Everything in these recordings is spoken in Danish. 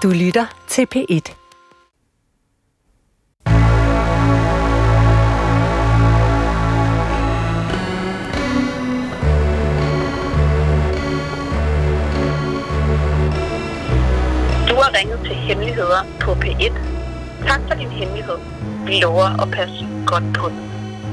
Du lytter til P1. Du har ringet til Hemmeligheder på P1. Tak for din hemmelighed. Vi lover at passe godt på den.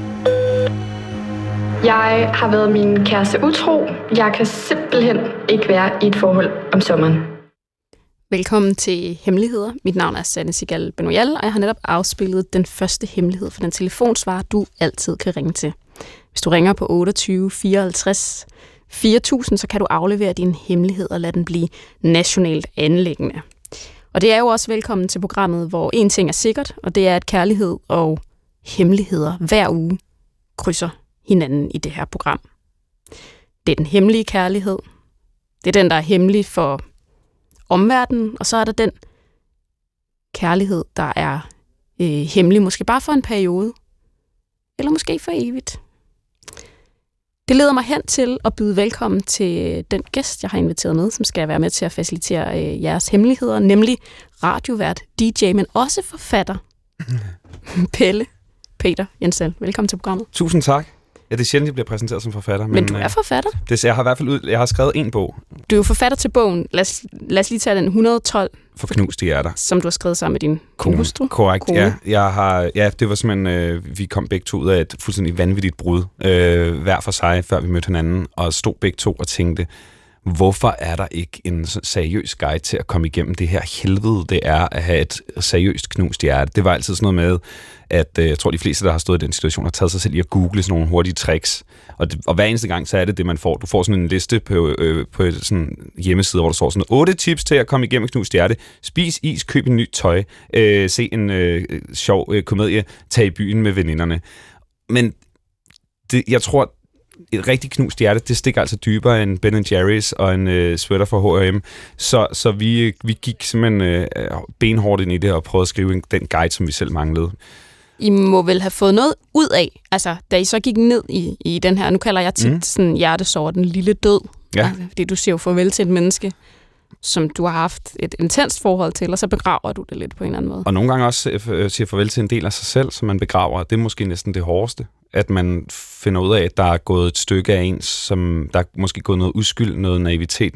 Jeg har været min kæreste utro. Jeg kan simpelthen ikke være i et forhold om sommeren. Velkommen til Hemmeligheder. Mit navn er Sanne Sigal Benoyal, og jeg har netop afspillet den første hemmelighed for den telefonsvarer, du altid kan ringe til. Hvis du ringer på 28 54 4000, så kan du aflevere din hemmelighed og lade den blive nationalt anliggende. Og det er jo også velkommen til programmet, hvor en ting er sikkert, og det er, at kærlighed og hemmeligheder hver uge krydser hinanden i det her program. Det er den hemmelige kærlighed. Det er den, der er hemmelig for omverdenen, og så er der den kærlighed, der er hemmelig, måske bare for en periode, eller måske for evigt. Det leder mig hen til at byde velkommen til den gæst, jeg har inviteret med, som skal være med til at facilitere jeres hemmeligheder, nemlig radiovært, DJ, men også forfatter, Peter Jensel. Velkommen til programmet. Tusind tak. Ja, det er sjældent, jeg bliver præsenteret som forfatter. Men du er forfatter? Jeg har i hvert fald jeg har skrevet en bog. Du er jo forfatter til bogen. Lad os lige tage den 112. For knuste hjerter. Som du har skrevet sammen med din hustru. Korrekt, ja. Det var simpelthen, vi kom begge to ud af et fuldstændig vanvittigt brud. Hver for sig, før vi mødte hinanden. Og stod begge to og tænkte, hvorfor er der ikke en seriøs guide til at komme igennem det her helvede, det er at have et seriøst knust hjerte. Det var altid sådan noget med, at jeg tror, de fleste, der har stået i den situation, har taget sig selv i at google sådan nogle hurtige tricks. Og hver eneste gang, så er det, man får. Du får sådan en liste på sådan en hjemmeside, hvor der står sådan 8 tips til at komme igennem et knust hjerte. Spis is, køb en ny tøj, se en sjov komedie, tag i byen med veninderne. Men jeg tror, et rigtig knust hjerte, det stikker altså dybere end Ben & Jerry's og en sweater fra H&M. Så vi gik simpelthen benhårdt ind i det og prøvede at skrive den guide, som vi selv manglede. I må vel have fået noget ud af, altså da I så gik ned i den her, nu kalder jeg tit sådan hjertesorg, den lille død. Ja. Altså, fordi du siger jo farvel til et menneske, som du har haft et intenst forhold til, og så begraver du det lidt på en eller anden måde. Og nogle gange også siger farvel til en del af sig selv, som man begraver. Det er måske næsten det hårdeste. At man finder ud af, at der er gået et stykke af ens, som der er måske gået noget uskyld, noget naivitet,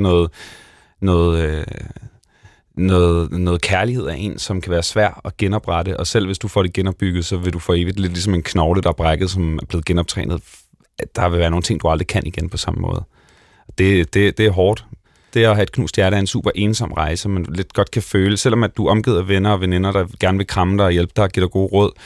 noget kærlighed af en, som kan være svær at genoprette. Og selv hvis du får det genopbygget, så vil du for evigt lidt ligesom en knogle, der er brækket, som er blevet genoptrænet. Der vil være nogle ting, du aldrig kan igen på samme måde. Det er hårdt. Det at have et knust hjerte er en super ensom rejse, man lidt godt kan føle. Selvom at du er omgivet af venner og veninder, der gerne vil kramme dig og hjælpe dig og give dig gode råd,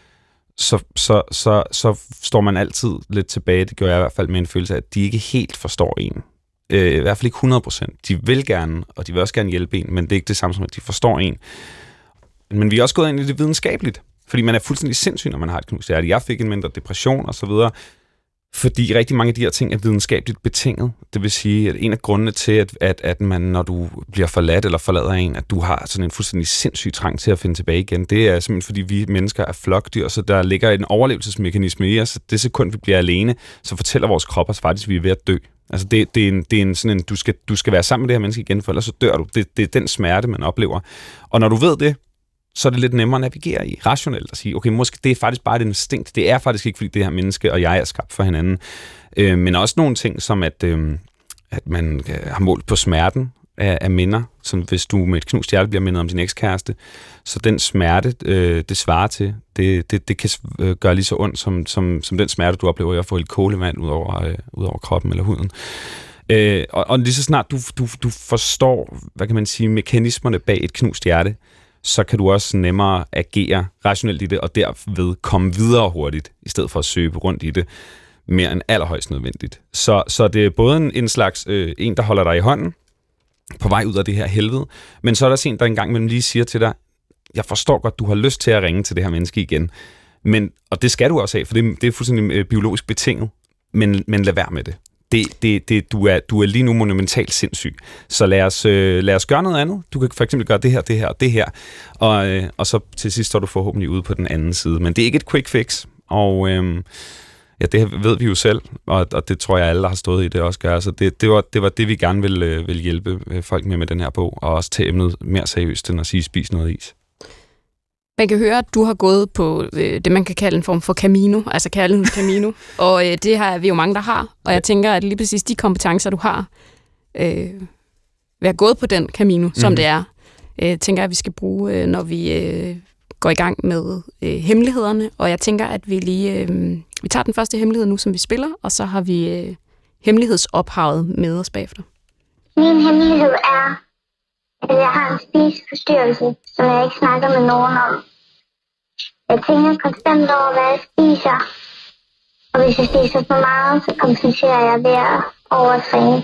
så står man altid lidt tilbage. Det gør jeg i hvert fald med en følelse af, at de ikke helt forstår en. I hvert fald ikke 100%. De vil gerne, og de vil også gerne hjælpe en, men det er ikke det samme som, at de forstår en. Men vi er også gået ind i det videnskabeligt, fordi man er fuldstændig sindssyg, når man har et knust hjerte. Jeg fik en mindre depression og så videre, fordi rigtig mange af de her ting er videnskabeligt betinget. Det vil sige, at en af grundene til, at man, når du bliver forladt eller forlader en, at du har sådan en fuldstændig sindssyg trang til at finde tilbage igen, det er simpelthen, fordi vi mennesker er flokdyr, så der ligger en overlevelsesmekanisme i os. Det sekund, vi bliver alene, så fortæller vores krop os faktisk, at vi er ved at dø. Altså det er en sådan en, du skal være sammen med det her menneske igen, for ellers så dør du. Det er den smerte, man oplever. Og når du ved det, så er det lidt nemmere at navigere i, rationelt at sige, okay, måske det er faktisk bare et instinkt. Det er faktisk ikke, fordi det her menneske og jeg er skabt for hinanden. Men også nogle ting, som at man har målt på smerten af minder. Så hvis du med et knust hjerte bliver mindet om din ekskæreste, så den smerte, det svarer til, det kan gøre lige så ondt, som den smerte, du oplever, at få lidt kolevand ud over kroppen eller huden. Og lige så snart du forstår, hvad kan man sige, mekanismerne bag et knust hjerte, så kan du også nemmere agere rationelt i det, og derved komme videre hurtigt, i stedet for at søge rundt i det, mere end allerhøjst nødvendigt. Så det er både en slags en, der holder dig i hånden, på vej ud af det her helvede, men så er der også en, der engang mellem lige siger til dig, jeg forstår godt, du har lyst til at ringe til det her menneske igen, og det skal du også have, for det er fuldstændig biologisk betinget, men lad være med det. Du er lige nu monumentalt sindssyg. Så lad os gøre noget andet. Du kan for eksempel gøre det her, det her og det her. Og så til sidst står du forhåbentlig ude på den anden side. Men det er ikke et quick fix. Og Ja, det ved vi jo selv, og det tror jeg, alle har stået i det også gør. Så det var det, vi gerne ville hjælpe folk med den her bog, og også tage emnet mere seriøst, end at sige, spis noget is. Man kan høre, at du har gået på det, man kan kalde en form for Camino, altså kærlighedens Camino, og det har vi jo mange, der har. Og jeg tænker, at lige præcis de kompetencer, du har, ved at gået på den Camino, som det er, tænker jeg, at vi skal bruge, når vi går i gang med hemmelighederne. Og jeg tænker, at vi lige vi tager den første hemmelighed nu, som vi spiller, og så har vi hemmelighedsophavet med os bagefter. Min hemmelighed er, at jeg har en spiseforstyrrelse, som jeg ikke snakker med nogen om. Jeg tænker konstant over, hvad jeg spiser. Og hvis jeg spiser for meget, så kompenserer jeg ved at overtræne.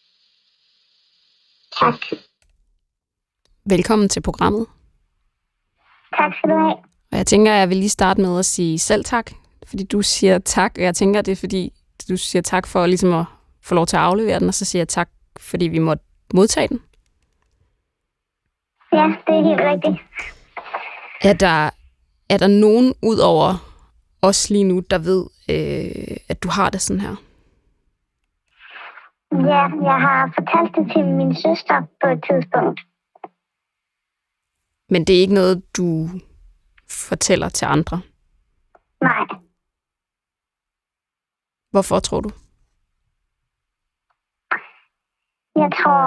Tak. Velkommen til programmet. Tak skal du have. Og jeg tænker, at jeg vil lige starte med at sige selv tak, fordi du siger tak, og jeg tænker, det er fordi, du siger tak for ligesom at få lov til at aflevere den, og så siger jeg tak, fordi vi måtte modtage den. Ja, det er helt rigtigt. Er der nogen ud over os lige nu, der ved, at du har det sådan her? Ja, jeg har fortalt det til min søster på et tidspunkt. Men det er ikke noget, du fortæller til andre? Nej. Hvorfor, tror du? Jeg tror,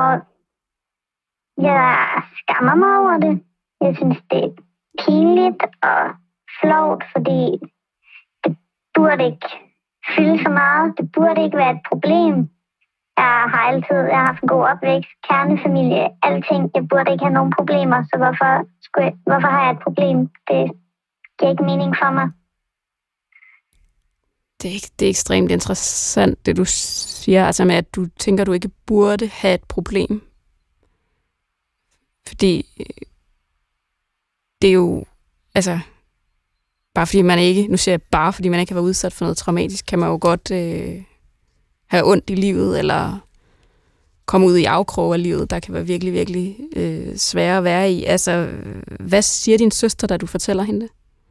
jeg skammer mig over det. Jeg synes, det er pinligt og flovt, fordi det burde ikke fylde så meget. Det burde ikke være et problem. Jeg har haft en god opvækst, kernefamilie, alting. Jeg burde ikke have nogen problemer, så hvorfor har jeg et problem? Det giver ikke mening for mig. Det er ekstremt interessant, det du siger, altså med, at du tænker, du ikke burde have et problem. Fordi det er jo, altså, bare fordi man ikke, nu siger jeg bare, fordi man ikke har været udsat for noget traumatisk, kan man jo godt have ondt i livet, eller komme ud i afkrog af livet, der kan være virkelig, virkelig svære at være i. Altså, hvad siger din søster, da du fortæller hende det?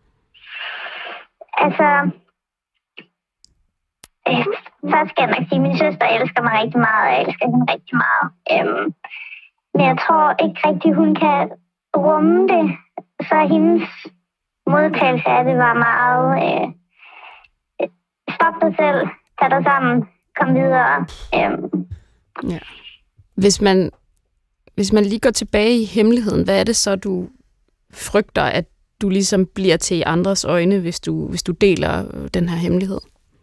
Altså, først skal jeg nok sige, at min søster elsker mig rigtig meget, og jeg elsker hende rigtig meget. Men jeg tror ikke rigtig, hun kan rumme det. Så hendes modtagelse af det var meget, stop dig selv, tag dig sammen, kom videre. Ja. Hvis man lige går tilbage i hemmeligheden, hvad er det så, du frygter, at du ligesom bliver til i andres øjne, hvis du deler den her hemmelighed?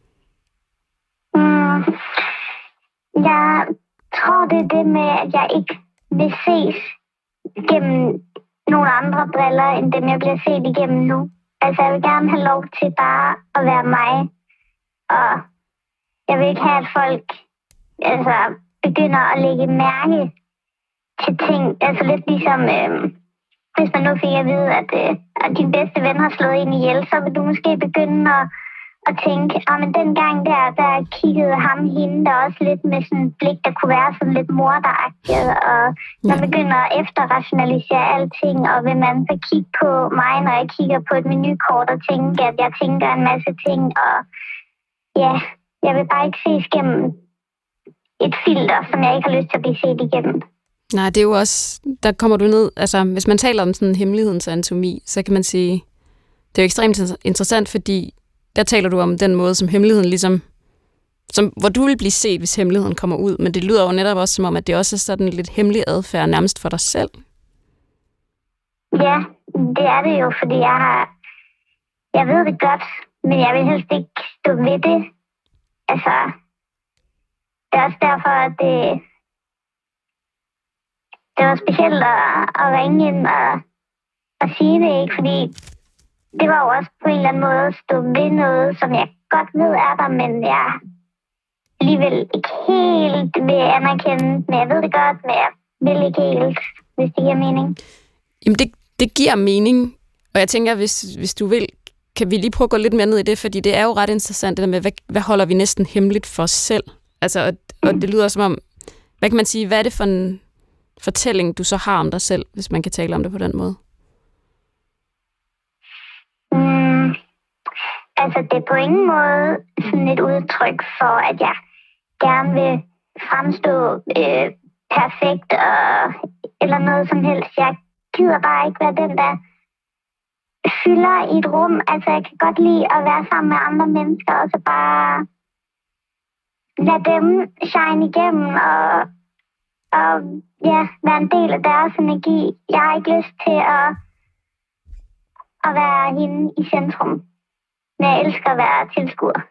Jeg tror, det er det med, at jeg ikke vil ses gennem nogle andre briller, end dem, jeg bliver set igennem nu. Altså, jeg vil gerne have lov til bare at være mig. Og jeg vil ikke have, at folk begynder at lægge mærke til ting. Altså lidt ligesom, hvis man nu fik at vide, at din bedste ven har slået en ihjel, så vil du måske begynde at tænke, men dengang der kiggede ham hende der også lidt med sådan et blik, der kunne være sådan lidt morderagtigt, og man begynder at efterrationalisere alting, og vil man så kigge på mig, når jeg kigger på et menukort og tænke, at jeg tænker en masse ting, og ja, jeg vil bare ikke ses gennem et filter, som jeg ikke har lyst til at blive set igennem. Nej, det er jo også, der kommer du ned, altså hvis man taler om sådan hemmelighedens anatomi, så kan man sige, det er jo ekstremt interessant, fordi der taler du om den måde, som hemmeligheden ligesom, hvor du vil blive set, hvis hemmeligheden kommer ud, men det lyder jo netop også som om, at det også er sådan lidt hemmelig adfærd nærmest for dig selv. Ja, det er det jo, fordi jeg ved det godt, men jeg vil helst ikke stå ved det. Altså, det er også derfor, at det var specielt at ringe ind og sige det, ikke? Fordi det var jo også på en eller anden måde at stå ved noget, som jeg godt ved er der, men jeg alligevel ikke helt vil anerkende. Men jeg ved det godt, men jeg vil ikke helt, hvis det giver mening. Jamen, det giver mening, og jeg tænker, hvis du vil, kan vi lige prøve at gå lidt mere ned i det, fordi det er jo ret interessant, det der med, hvad holder vi næsten hemmeligt for os selv? Altså, og det lyder som om, hvad kan man sige, hvad er det for en fortælling, du så har om dig selv, hvis man kan tale om det på den måde? altså, det er på ingen måde sådan et udtryk for, at jeg gerne vil fremstå perfekt eller noget som helst. Jeg gider bare ikke være den, der fylder i et rum. Altså, jeg kan godt lide at være sammen med andre mennesker, og så bare lade dem shine igennem, og ja, være en del af deres energi. Jeg har ikke lyst til at være hende i centrum, men jeg elsker at være tilskuer.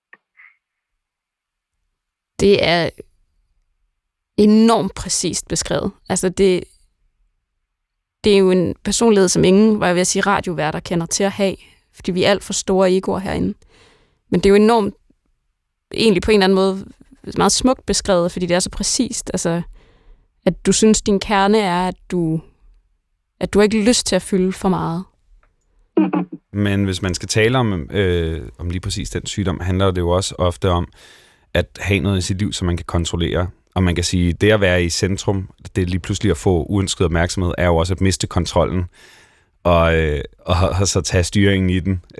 Det er enormt præcist beskrevet. Altså, det er jo en personlighed, som ingen, hvad jeg vil sige, radioværter kender til at have, fordi vi er alt for store egoer herinde. Men det er jo enormt, egentlig på en eller anden måde, meget smukt beskrevet, fordi det er så præcist. Altså, at du synes, din kerne er, at du har ikke lyst til at fylde for meget. Men hvis man skal tale om lige præcis den sygdom, handler det jo også ofte om at have noget i sit liv, som man kan kontrollere. Og man kan sige, det at være i centrum, det lige pludselig at få uønsket opmærksomhed, er jo også at miste kontrollen og så tage styringen i den.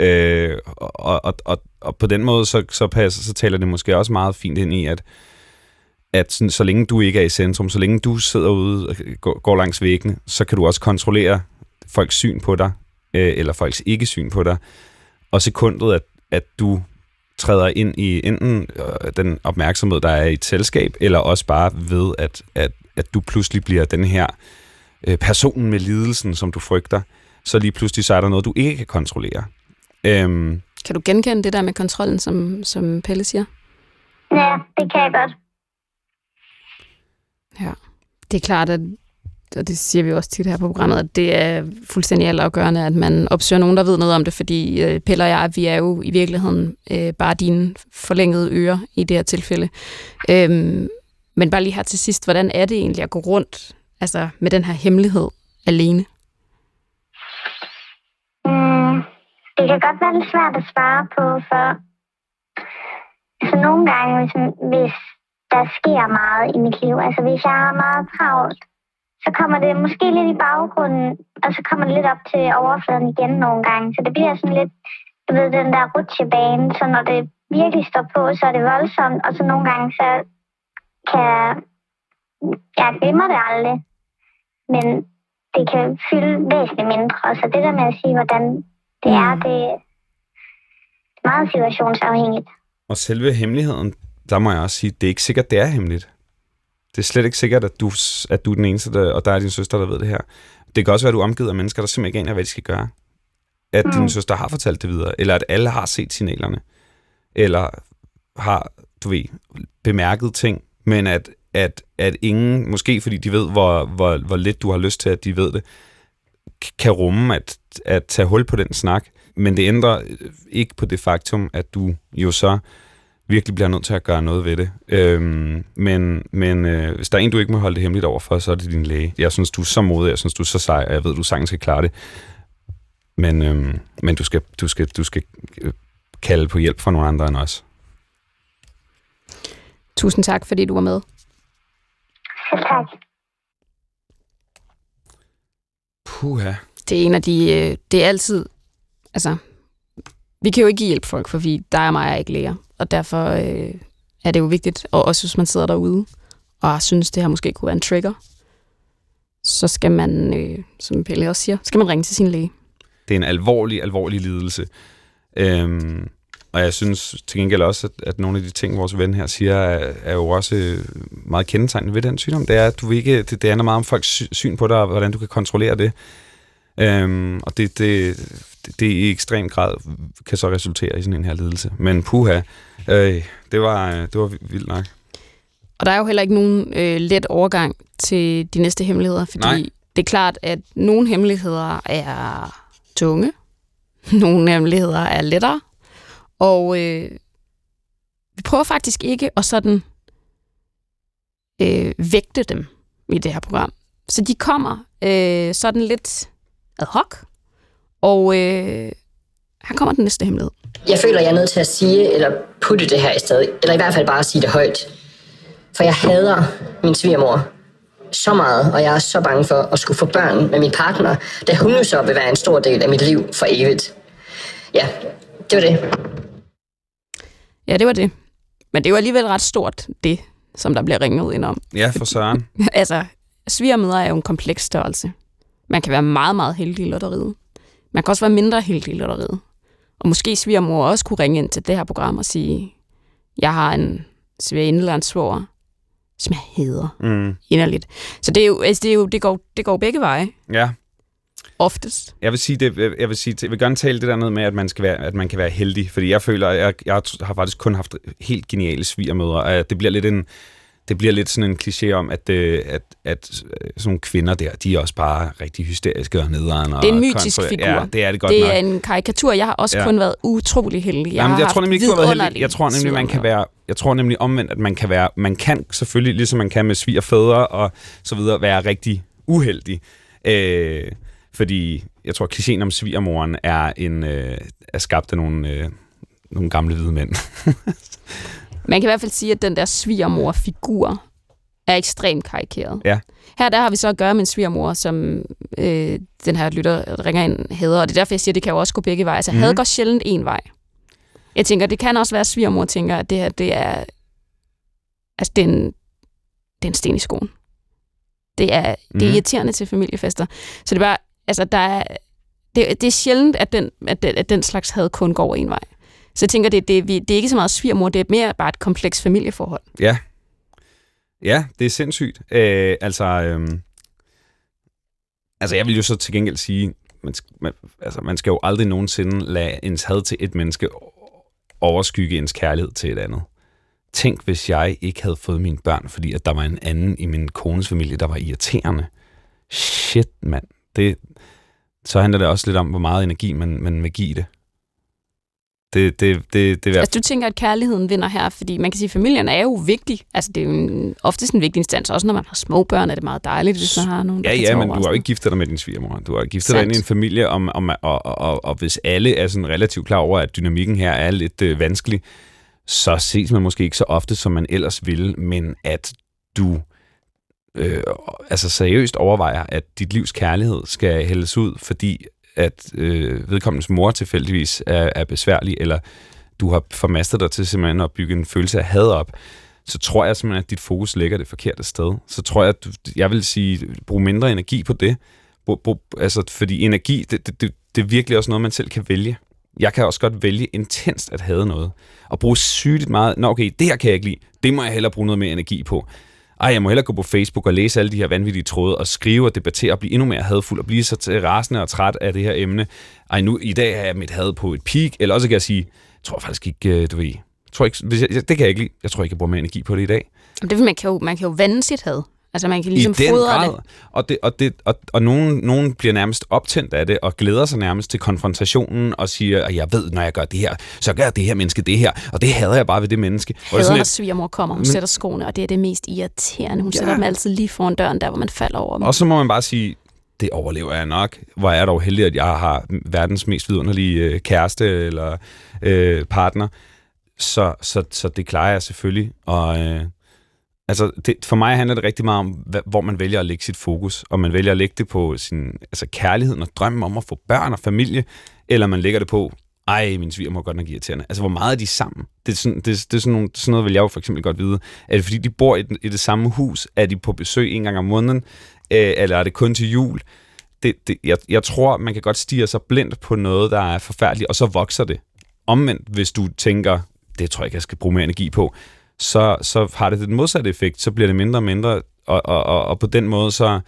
Og på den måde, så taler det måske også meget fint ind i, at sådan, så længe du ikke er i centrum, så længe du sidder ude og går langs væggene, så kan du også kontrollere folks syn på dig, eller folks ikke-syn på dig. Og sekundet, at du træder ind i enten den opmærksomhed, der er i et selskab, eller også bare ved, at du pludselig bliver den her personen med lidelsen, som du frygter, så lige pludselig så er der noget, du ikke kan kontrollere. Kan du genkende det der med kontrollen, som Pelle siger? Ja, det kan jeg godt. Ja, det er klart, at, og det siger vi også tit her på programmet, at det er fuldstændig altafgørende, at man opsøger nogen, der ved noget om det, fordi Pelle og jeg, vi er jo i virkeligheden bare dine forlængede ører i det her tilfælde. Men bare lige her til sidst, hvordan er det egentlig at gå rundt altså med den her hemmelighed alene? Det kan godt være lidt svært at svare på, for så nogle gange, hvis der sker meget i mit liv, altså hvis jeg har meget travlt, så kommer det måske lidt i baggrunden, og så kommer det lidt op til overfladen igen nogle gange. Så det bliver sådan lidt, du ved, den der rutsjebane, så når det virkelig står på, så er det voldsomt, og så nogle gange, så kan jeg glemmer det aldrig, men det kan fylde væsentligt mindre. Så det der med at sige, hvordan det er, det er meget situationsafhængigt. Og selve hemmeligheden, der må jeg også sige, det er ikke sikkert, det er hemmeligt. Det er slet ikke sikkert, at du er den eneste, og der er din søster, der ved det her. Det kan også være, at du er omgivet af mennesker, der simpelthen ikke aner, hvad de skal gøre. At din søster har fortalt det videre, eller at alle har set signalerne, eller har, du ved, bemærket ting, men at ingen, måske fordi de ved, hvor lidt du har lyst til, at de ved det, kan rumme at tage hul på den snak. Men det ændrer ikke på det faktum, at du jo så virkelig bliver nødt til at gøre noget ved det. Men hvis der er en, du ikke må holde det hemmeligt overfor, så er det din læge. Jeg synes, du er så modig, jeg synes, du er så sej, og jeg ved, du sagtens skal klare det. Men du skal kalde på hjælp fra nogle andre end os. Tusind tak, fordi du var med. Selv tak. Puha. Det er en af de... det er altid... Altså, vi kan jo ikke hjælpe folk, for dig og mig er ikke læger. Og derfor er det jo vigtigt, og også hvis man sidder derude og synes, det her måske kunne være en trigger, så skal man, som Pelle også siger, skal man ringe til sin læge. Det er en alvorlig lidelse. Og jeg synes til gengæld også, at nogle af de ting, vores ven her siger, er jo også meget kendetegnende ved den sygdom. Det er, at du ikke, det handler meget om folks syn på dig, og hvordan du kan kontrollere det. Og det i ekstrem grad kan så resultere i sådan en her lidelse. Men puha, det var vildt nok. Og der er jo heller ikke nogen let overgang til de næste hemmeligheder, fordi det er klart, at nogle hemmeligheder er tunge, nogle hemmeligheder er lettere, og vi prøver faktisk ikke at sådan vægte dem i det her program. Så de kommer sådan lidt ad hoc, og her kommer den næste hemmelighed. Jeg føler, jeg er nødt til at sige, eller putte det her i stedet, eller i hvert fald bare sige det højt. For jeg hader min svigermor så meget, og jeg er så bange for at skulle få børn med min partner, da hun jo så vil være en stor del af mit liv for evigt. Ja, Det var det. Ja, det var det. Men det er jo alligevel ret stort, det, som der bliver ringet ind om. Ja, for søren. Altså, svigermødre er jo en kompleks størrelse. Man kan være meget, meget heldig i lotteriet. Man kan også være mindre heldig i lotteriet. Og måske svigermor også kunne ringe ind til det her program og sige, jeg har en svigerinde eller en svoger, som jeg hader inderligt. Så det er jo, altså det går begge veje. Ja. Oftest. Jeg vil gerne tale det der ned med, at man kan være heldig, fordi jeg føler, at jeg har faktisk kun haft helt geniale svigermødre, og det bliver lidt sådan en kliché om, at sådan nogle kvinder der, de er også bare rigtig hysteriske og nederen. Det er en mytisk figur. Ja, det er det godt nok. Det er en karikatur. Jeg har også kun været utrolig heldig. Jeg tror nemlig ikke, du har været heldig. Jeg tror nemlig omvendt, at man kan selvfølgelig, ligesom man kan med svigerfædre og så videre, være rigtig uheldig. Fordi jeg tror, klichéen om svigermoren er skabt af nogle gamle hvide mænd. Man kan i hvert fald sige, at den der svigermor-figur er ekstremt karikeret. Ja. Her der har vi så at gøre med en svigermor, som den her lytter ringer ind hader, og det er derfor, jeg siger, at det kan jo også gå begge veje. Altså, had går sjældent en vej. Jeg tænker, det kan også være, at svigermor tænker, at det her, det er en sten i skoen. Det er irriterende til familiefester. Så det er bare, altså, det er sjældent, at den slags had kun går en vej. Så jeg tænker, det er ikke så meget svigermor, det er mere bare et kompleks familieforhold. Ja. Ja, det er sindssygt. Altså, jeg vil jo så til gengæld sige, man skal jo aldrig nogensinde lade ens had til et menneske overskygge ens kærlighed til et andet. Tænk, hvis jeg ikke havde fået mine børn, fordi at der var en anden i min kones familie, der var irriterende. Shit, mand. Så handler det også lidt om, hvor meget energi man vil give det. Altså, du tænker, at kærligheden vinder her, fordi man kan sige, at familien er jo vigtig. Altså, det er jo oftest en vigtig instans. Også når man har små børn, er det meget dejligt, hvis man har nogen, der kan tage over. Men du har jo ikke giftet dig med din svigermor. Du har giftet dig ind i en familie, og hvis alle er sådan relativt klar over, at dynamikken her er lidt vanskelig, så ses man måske ikke så ofte, som man ellers ville, men at du seriøst overvejer, at dit livs kærlighed skal hældes ud, fordi at vedkommendes mor tilfældigvis er besværlig, eller du har formastet dig til simpelthen at bygge en følelse af had op, så tror jeg simpelthen, at dit fokus ligger det forkerte sted. Så tror jeg, at jeg vil sige, brug mindre energi på det. Fordi energi, det er virkelig også noget, man selv kan vælge. Jeg kan også godt vælge intenst at hade noget, og bruge sygt meget. Nå okay, det her kan jeg ikke lide. Det må jeg hellere bruge noget mere energi på. Jeg må hellere gå på Facebook og læse alle de her vanvittige tråde og skrive og debattere og blive endnu mere hadfuld og blive så rasende og træt af det her emne. Nu i dag er jeg mit had på et peak, eller også kan jeg sige, tror faktisk ikke, det kan jeg ikke lide. Jeg tror ikke, jeg bruger mere energi på det i dag. Man kan jo vande sit had. Altså man kan ligesom fodre det. Og nogen bliver nærmest optændt af det og glæder sig nærmest til konfrontationen og siger, at jeg ved, når jeg gør det her, så gør det her menneske det her, og det hader jeg bare ved det menneske. Hader, når svigermor kommer, hun sætter skoene, og det er det mest irriterende. Hun sætter dem altid lige foran døren, der hvor man falder over dem. Og så må man bare sige, det overlever jeg nok. Hvor er jeg dog heldig, at jeg har verdens mest vidunderlige kæreste eller partner. Så det klarer jeg selvfølgelig, og for mig handler det rigtig meget om, hvor man vælger at lægge sit fokus, og man vælger at lægge det på sin kærligheden og drømmen om at få børn og familie, eller man lægger det på, min svigermor godt nok irriterende. Altså, hvor meget er de sammen? Det er sådan noget, vil jeg jo for eksempel godt vide. Er det fordi, de bor i det samme hus? Er de på besøg en gang om måneden? Eller er det kun til jul? Jeg tror, man kan godt stirre sig blindt på noget, der er forfærdeligt, og så vokser det. Omvendt, hvis du tænker, det tror jeg ikke, jeg skal bruge mere energi på, så har det den modsatte effekt, så bliver det mindre og mindre, og på den måde, så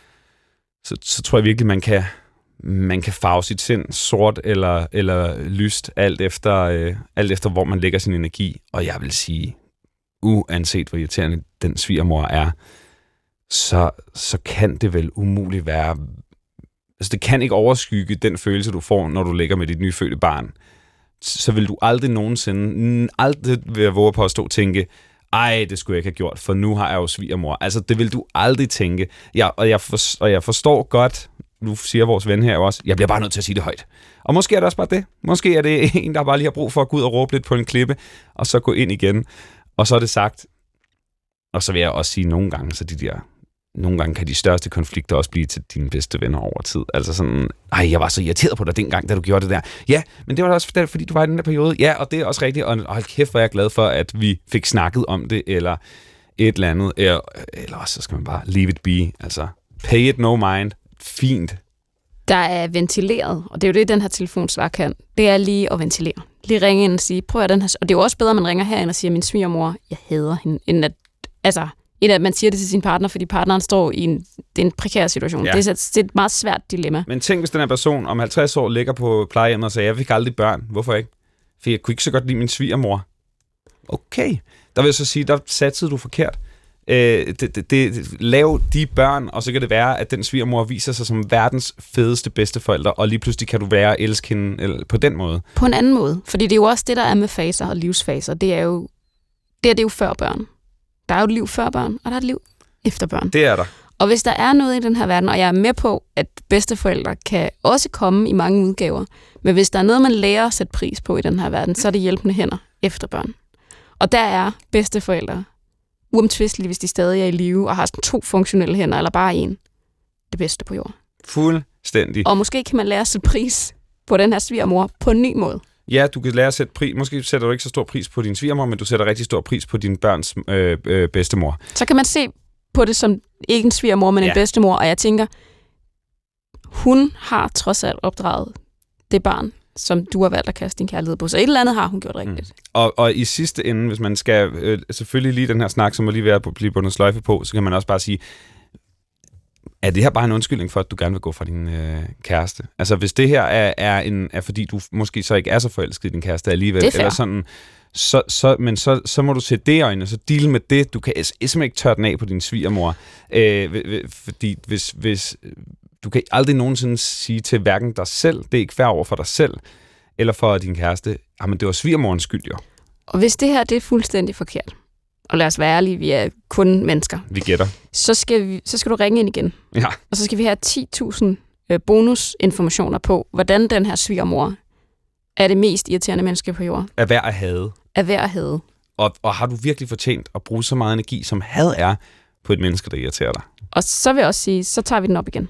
tror jeg virkelig, man kan farve sit sind sort eller lyst, alt efter hvor man lægger sin energi. Og jeg vil sige, uanset hvor irriterende den svigermor er, så kan det vel umuligt være, altså det kan ikke overskygge den følelse, du får, når du ligger med dit nyfødte barn. Så vil du aldrig vil jeg våge på at stå og tænke, det skulle jeg ikke have gjort, for nu har jeg jo svigermor. Altså, det vil du aldrig tænke. Jeg forstår godt, nu siger vores ven her også, jeg bliver bare nødt til at sige det højt. Og måske er det også bare det. Måske er det en, der bare lige har brug for at gå ud og råbe lidt på en klippe, og så gå ind igen. Og så er det sagt. Og så vil jeg også sige nogle gange, så de der nogle gange kan de største konflikter også blive til dine bedste venner over tid. Altså sådan, jeg var så irriteret på dig dengang, da du gjorde det der. Ja, men det var også fordi, du var i den der periode. Ja, og det er også rigtigt, og hold kæft, hvor jeg er glad for, at vi fik snakket om det, eller et eller andet. Eller også, så skal man bare leave it be. Altså, pay it no mind. Fint. Der er ventileret, og det er jo det, den her telefonsvar kan. Det er lige at ventilere. Lige ringe ind og sige, prøv at den her... Og det er jo også bedre, at man ringer herind og siger, min svigermor, jeg hader hende, end at man siger det til sin partner, fordi partneren står i en prekær situation. Ja. Det er et meget svært dilemma. Men tænk, hvis den her person om 50 år ligger på plejehjemmet og siger, jeg fik aldrig børn. Hvorfor ikke? For jeg kunne ikke så godt lide min svigermor. Okay. Der vil jeg så sige, der satsede du forkert. Lav de børn, og så kan det være, at den svigermor viser sig som verdens fedeste bedsteforældre, og lige pludselig kan du være og elske hende på den måde. På en anden måde. Fordi det er jo også det, der er med faser og livsfaser. Det er jo før børn. Der er jo et liv før børn, og der er et liv efter børn. Det er der. Og hvis der er noget i den her verden, og jeg er med på, at bedsteforældre kan også komme i mange udgaver, men hvis der er noget, man lærer at sætte pris på i den her verden, så er det hjælpende hænder efter børn. Og der er bedsteforældre uomtvisteligt, hvis de stadig er i live og har 2 funktionelle hænder, eller bare 1, det bedste på jorden. Fuldstændig. Og måske kan man lære at sætte pris på den her svigermor på en ny måde. Ja, du kan lære at sætte pris. Måske sætter du ikke så stor pris på din svigermor, men du sætter rigtig stor pris på din børns bedstemor. Så kan man se på det som ikke en svigermor, men en bedstemor, og jeg tænker, hun har trods alt opdraget det barn, som du har valgt at kaste din kærlighed på. Så et eller andet har hun gjort rigtigt. Og i sidste ende, hvis man skal selvfølgelig lige den her snak, som må lige være på blive bundet sløjfe på, så kan man også bare sige, er det her bare en undskyldning for, at du gerne vil gå fra din kæreste? Altså hvis det her er fordi du måske så ikke er så forelsket i din kæreste alligevel, eller sådan, så må du sætte det i øjnene, så deal med det. Du kan simpelthen ikke tørre den af på din svigermor, fordi hvis du kan aldrig nogensinde sige til hverken dig selv, det er ikke fair over for dig selv, eller for din kæreste, men det var svigermorens skyld jo. Og hvis det her det er fuldstændig forkert, og lad os være ærlige, vi er kun mennesker. Vi gætter. Så skal du ringe ind igen. Ja. Og så skal vi have 10.000 bonusinformationer på, hvordan den her svigermor er det mest irriterende menneske på jorden. Er værd at hade. Er værd at hade. Og har du virkelig fortjent at bruge så meget energi, som had er, på et menneske, der irriterer dig? Og så vil jeg også sige, så tager vi den op igen.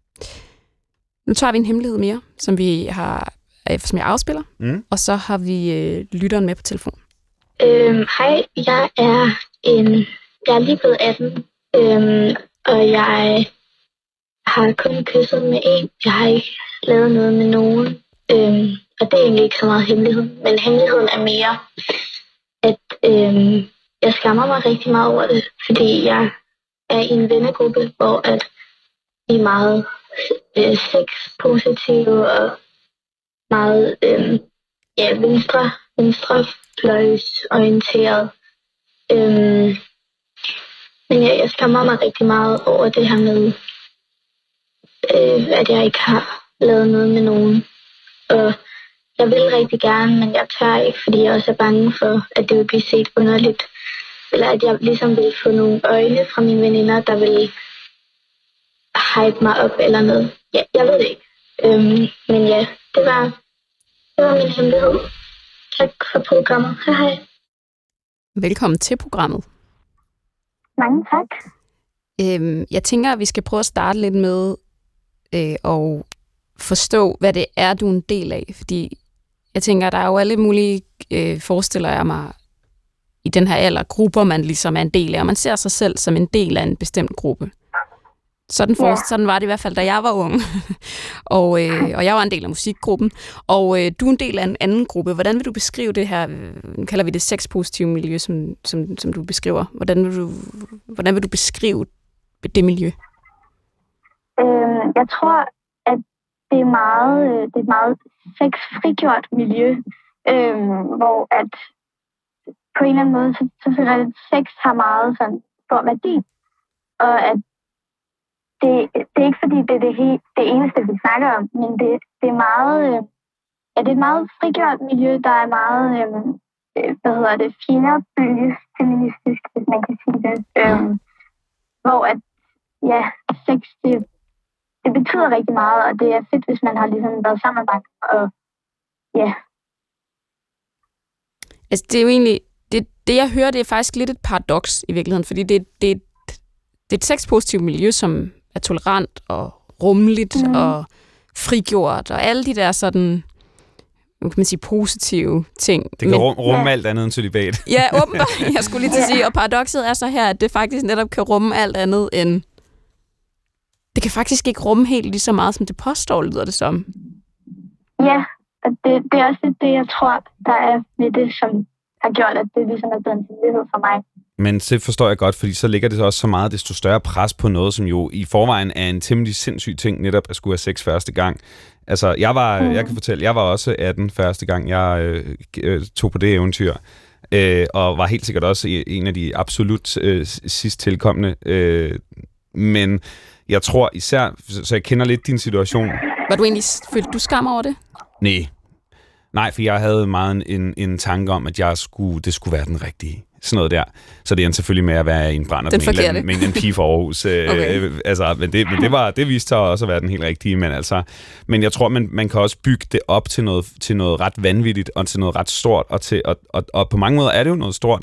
Nu tager vi en hemmelighed mere, som jeg afspiller, og så har vi lytteren med på telefon. Hej, jeg er lige blevet 18, og jeg har kun kysset med en. Jeg har ikke lavet noget med nogen, og det er egentlig ikke så meget hemmelighed. Men hemmeligheden er mere, at jeg skammer mig rigtig meget over det, fordi jeg er i en vennegruppe, hvor at vi er meget sexpositive og meget venstrefløjsorienteret. Men jeg skammer mig rigtig meget over det her med, at jeg ikke har lavet noget med nogen. Og jeg vil rigtig gerne, men jeg tør ikke, fordi jeg også er bange for, at det vil blive set underligt. Eller at jeg ligesom vil få nogle øjne fra mine veninder, der vil hype mig op eller noget. Ja, jeg ved det ikke. Men ja, det var min hemmelighed. Tak for programmet. Hej. Velkommen til programmet. Mange tak. Jeg tænker, at vi skal prøve at starte lidt med at forstå, hvad det er, du er en del af. Fordi jeg tænker, der er jo alle mulige, forestiller jeg mig, i den her alder, grupper, man ligesom er en del af. Og man ser sig selv som en del af en bestemt gruppe. Sådan var det i hvert fald, da jeg var ung. og jeg var en del af musikgruppen. Og du er en del af en anden gruppe. Hvordan vil du beskrive det her, kalder vi det sexpositive miljø, som du beskriver? Hvordan vil du beskrive det miljø? Jeg tror, at det er et meget sexfrigjort miljø, hvor at på en eller anden måde, så føler jeg, at sex har meget sådan stor værdi. Og at det er ikke fordi, det er det eneste, vi snakker om, men det er meget, det er et meget frigjort miljø, der er meget, fjernbølges feministisk, hvis man kan sige det. Hvor at, sex, det betyder rigtig meget, og det er fedt, hvis man har ligesom været sammen med mange, og ja. Altså, det er jo egentlig, det jeg hører, det er faktisk lidt et paradoks i virkeligheden, fordi det det er et sexpositivt miljø, som er tolerant og rummeligt og frigjort, og alle de der sådan, kan man sige, positive ting. Det kan rumme alt andet end cølibat. Ja, åbenbart, jeg skulle lige til at sige. Og paradokset er så her, at det faktisk netop kan rumme alt andet end... Det kan faktisk ikke rumme helt lige så meget, som det påstår, lyder det som. Ja, og det er også det, jeg tror, der er ved det, som har gjort, at det ligesom er blevet en hemmelighed for mig. Men det forstår jeg godt, fordi så ligger det også så meget, desto større pres på noget, som jo i forvejen er en temmelig sindssyg ting, netop at skulle have sex første gang. Altså, jeg kan fortælle, jeg var også 18 første gang, jeg tog på det eventyr, og var helt sikkert også en af de absolut sidst tilkommende. Men jeg tror især, så jeg kender lidt din situation. Var du egentlig, følte du skam over det? Nej, for jeg havde meget en tanke om, at det skulle være den rigtige. Sådan noget der. Så det er selvfølgelig med at være i en brænder med en pige for Aarhus. Okay. Men det viste sig også at være den helt rigtige. Men jeg tror, man kan også bygge det op til noget ret vanvittigt, og til noget ret stort, og på mange måder er det jo noget stort.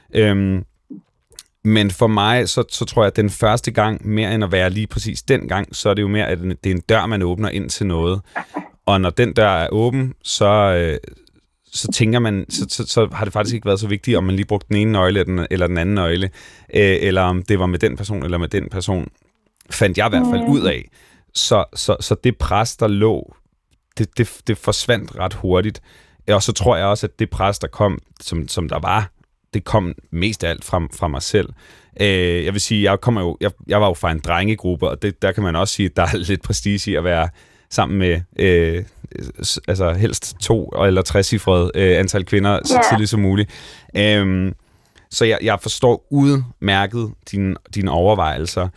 Men for mig, så tror jeg, at den første gang, mere end at være lige præcis den gang, så er det jo mere, at det er en dør, man åbner ind til noget. Og når den dør er åben, så tænker man, så har det faktisk ikke været så vigtigt, om man lige brugte den ene nøgle eller den anden nøgle, eller om det var med den person eller med den person, fandt jeg i hvert fald ud af. Så det pres, der lå, det forsvandt ret hurtigt. Og så tror jeg også, at det pres, der kom, som der var, det kom mest af alt fra mig selv. Jeg vil sige, jeg var jo fra en drengegruppe, og der kan man også sige, at der er lidt prestige i at være sammen med altså helst 2 eller 3-cifret antal kvinder så tidligt som muligt. Så jeg forstår udmærket dine overvejelser.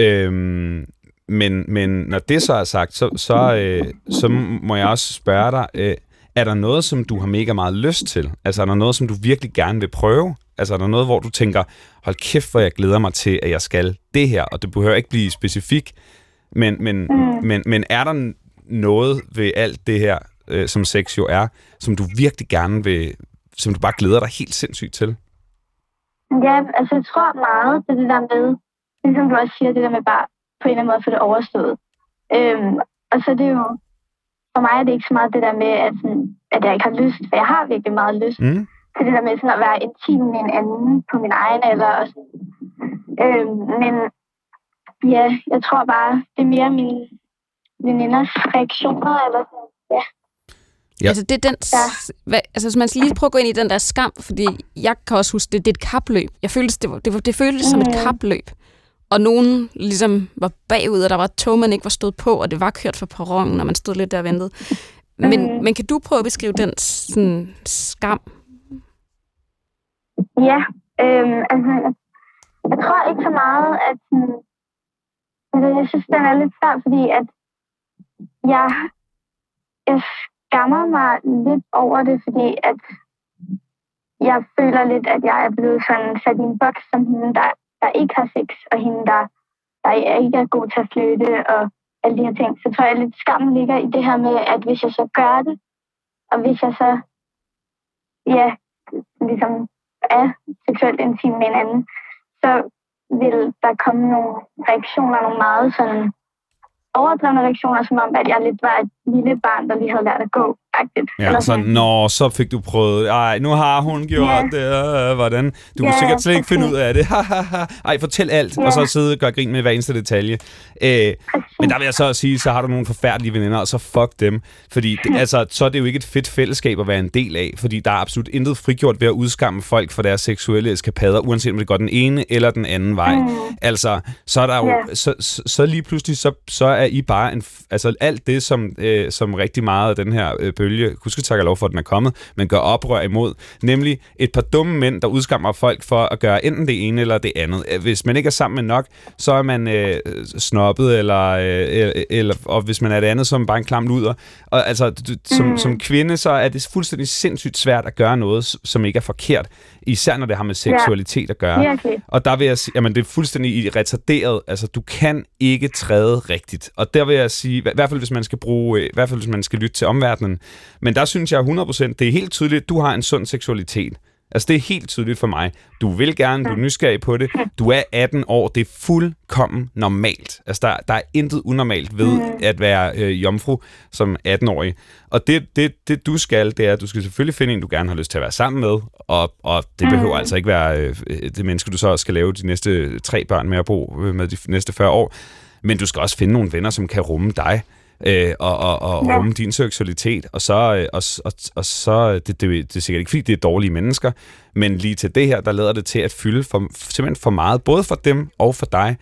Men når det så er sagt, så må jeg også spørge dig, er der noget, som du har mega meget lyst til? Altså er der noget, som du virkelig gerne vil prøve? Altså er der noget, hvor du tænker, hold kæft, hvor jeg glæder mig til, at jeg skal det her, og det behøver ikke blive specifik, men er der noget ved alt det her, som sex jo er, som du virkelig gerne vil, som du bare glæder dig helt sindssygt til? Ja, altså jeg tror meget til det der med, ligesom du også siger, det der med bare på en eller anden måde få det overstået. Og så det er jo, for mig er det ikke så meget det der med, at jeg ikke har lyst, for jeg har virkelig meget lyst til det der med sådan at være intim med en anden på min egen alder. Og sådan. Men ja, jeg tror bare, det er mere mine veninders reaktioner, eller sådan, ja. Ja. Altså, det er den... Ja. Altså, man skal lige prøve at gå ind i den der skam, fordi jeg kan også huske, det er et kapløb. Jeg føltes, det føltes som et kapløb. Og nogen ligesom var bagud, og der var tog, man ikke var stået på, og det var kørt for perronen, og man stod lidt der og ventede. Men kan du prøve at beskrive den sådan, skam? Ja, altså, jeg tror ikke så meget, at jeg synes, den er lidt svært, fordi at jeg skammer mig lidt over det, fordi at jeg føler lidt, at jeg er blevet sådan sat i en boks som hende, der ikke har sex, og hende, der ikke er god til at flytte, og alle de her ting. Så tror jeg lidt, skammen ligger i det her med, at hvis jeg så gør det, og hvis jeg så, ja, ligesom er seksuelt intim med en anden, så vil der komme nogle reaktioner, nogle meget sådan overdrevne reaktioner, som om, at jeg lidt var et lille barn, der lige havde lært at gå. Ja, så fik du prøvet. Ej, nu har hun gjort det. Hvordan? Du kunne sikkert slet ikke finde ud af det. Ej, fortæl alt, og så sidde og gøre grin med hver eneste detalje. Men der vil jeg så sige, så har du nogle forfærdelige veninder, og så fuck dem. Fordi så er det jo ikke et fedt fællesskab at være en del af, fordi der er absolut intet frigjort ved at udskamme folk for deres seksuelle eskapader, uanset om det går den ene eller den anden vej. Altså, så er der jo, så lige pludselig, så er I bare alt det, som rigtig meget af den her bølge, husk tak og lov for, at den er kommet, men gør oprør imod, nemlig et par dumme mænd, der udskammer folk for at gøre enten det ene eller det andet. Hvis man ikke er sammen med nok, så er man snobbet, eller og hvis man er det andet, så er man bare en klam luder. Og altså, som kvinde, så er det fuldstændig sindssygt svært at gøre noget, som ikke er forkert, især når det har med seksualitet at gøre. Okay. Og der vil jeg sige, jamen det er fuldstændig retarderet, altså du kan ikke træde rigtigt. Og der vil jeg sige, i hvert fald hvis man skal lytte til omverdenen, men der synes jeg 100%, det er helt tydeligt, at du har en sund seksualitet. Altså, det er helt tydeligt for mig. Du vil gerne, du er nysgerrig på det. Du er 18 år. Det er fuldkommen normalt. Altså, der er intet unormalt ved at være jomfru som 18-årig. Og det du skal, det er, at du skal selvfølgelig finde en, du gerne har lyst til at være sammen med. Og det behøver altså ikke være det menneske, du så skal lave de næste 3 børn med at bo med de næste 40 år. Men du skal også finde nogle venner, som kan rumme dig. Og rumme din seksualitet, og så det er sikkert ikke, fordi det er dårlige mennesker, men lige til det her, der lader det til at fylde simpelthen for meget, både for dem og for dig.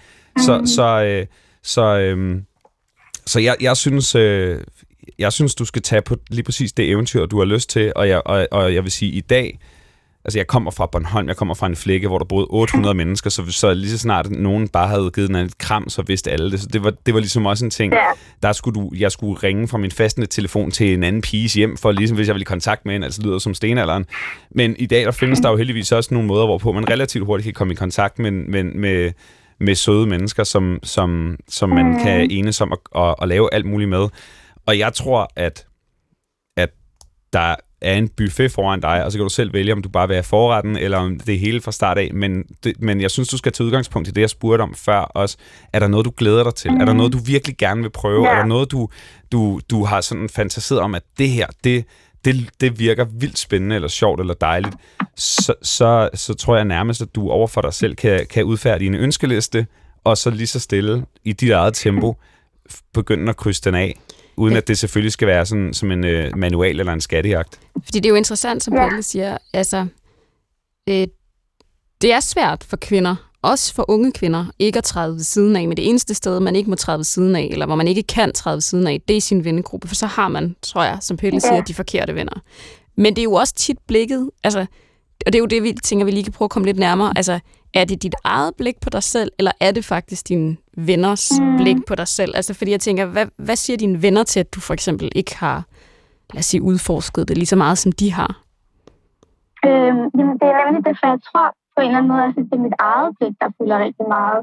Så jeg synes, du skal tage på lige præcis det eventyr, du har lyst til, og jeg vil sige, i dag, altså jeg kommer fra Bornholm, jeg kommer fra en flække, hvor der boede 800 mennesker, så lige så snart nogen bare havde givet den et kram, så vidste alle det. Så det var ligesom også en ting, jeg skulle ringe fra min fastnettelefon til en anden piges hjem, for ligesom hvis jeg ville i kontakt med hende, altså lyder som stenalderen. Men i dag, der findes der jo heldigvis også nogle måder, hvorpå man relativt hurtigt kan komme i kontakt med søde mennesker, som man kan enes om at lave alt muligt med. Og jeg tror, at der er en buffet foran dig, og så kan du selv vælge, om du bare vil have forretten, eller om det er hele fra start af. Men jeg synes, du skal tage udgangspunkt i det, jeg spurgte om før også. Er der noget, du glæder dig til? Er der noget, du virkelig gerne vil prøve? Er der noget, du har sådan fantaseret om, at det her, det virker vildt spændende, eller sjovt, eller dejligt? Så tror jeg nærmest, at du overfor dig selv kan udfærdige en ønskeliste, og så lige så stille i dit eget tempo begynde at krydse den af. Uden at det selvfølgelig skal være sådan som en manual eller en skattejagt. Fordi det er jo interessant, som Pelle siger. Altså, det er svært for kvinder, også for unge kvinder, ikke at træde ved siden af. Men det eneste sted, man ikke må træde ved siden af, eller hvor man ikke kan træde ved siden af, det er sin vennegruppe. For så har man, tror jeg, som Pelle siger, de forkerte venner. Men det er jo også tit blikket, altså, og det er jo det, vi tænker, vi lige kan prøve at komme lidt nærmere. Altså, er det dit eget blik på dig selv, eller er det faktisk dine venners blik på dig selv? Altså, fordi jeg tænker, hvad siger dine venner til, at du for eksempel ikke har, lad os sige, udforsket det lige så meget, som de har? Jamen, det er nemlig det, for jeg tror på en eller anden måde, at det er mit eget blik, der fylder rigtig meget.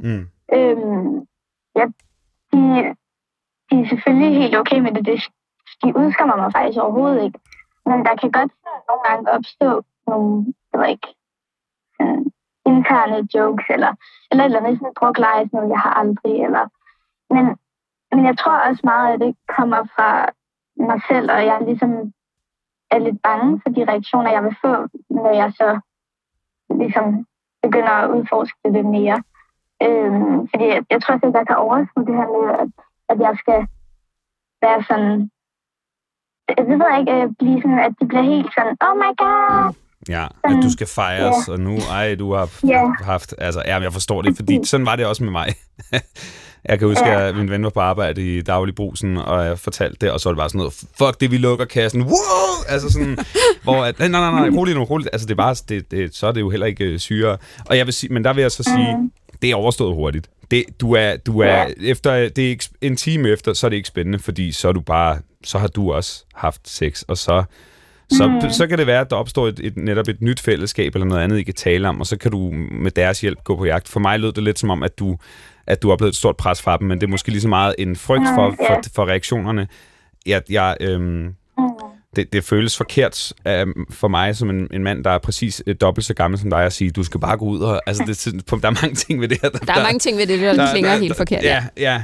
De er selvfølgelig helt okay med det. De udskammer mig faktisk overhovedet ikke. Men der kan godt nogle gange opstå nogle, jeg ved ikke, interne jokes, eller et eller andet sådan drukleje, sådan noget, jeg har aldrig, eller... Men jeg tror også meget, at det kommer fra mig selv, og jeg ligesom er lidt bange for de reaktioner, jeg vil få, når jeg så ligesom begynder at udforske det lidt mere. Fordi jeg tror ikke, at jeg kan overskue det her med, at jeg skal være sådan... Jeg ved ikke, blive sådan, at det bliver helt sådan, oh my god! Ja, at du skal fejres, og nu, du har haft... Altså, jeg forstår det, fordi sådan var det også med mig. Jeg kan huske, at min ven var på arbejde i Dagligbrusen, og jeg fortalte det, og så var det bare sådan noget, fuck det, vi lukker kassen, wow! Altså sådan, hvor at, nej, roligt. Altså det er bare, så er det jo heller ikke syre. Og jeg vil sige, men der vil jeg så sige, det er overstået hurtigt. Du er efter, det er en time efter, så er det ikke spændende, fordi så har du også haft sex, og så kan det være, at der opstår netop et nyt fællesskab, eller noget andet, I kan tale om, og så kan du med deres hjælp gå på jagt. For mig lød det lidt som om, at du oplevede et stort pres fra dem, men det er måske lige så meget en frygt for reaktionerne. Det føles forkert for mig, som en mand, der er præcis dobbelt så gammel som dig, at sige, du skal bare gå ud og... Altså, der er mange ting ved det her. Der er mange ting ved det, der klinger helt forkert. Ja,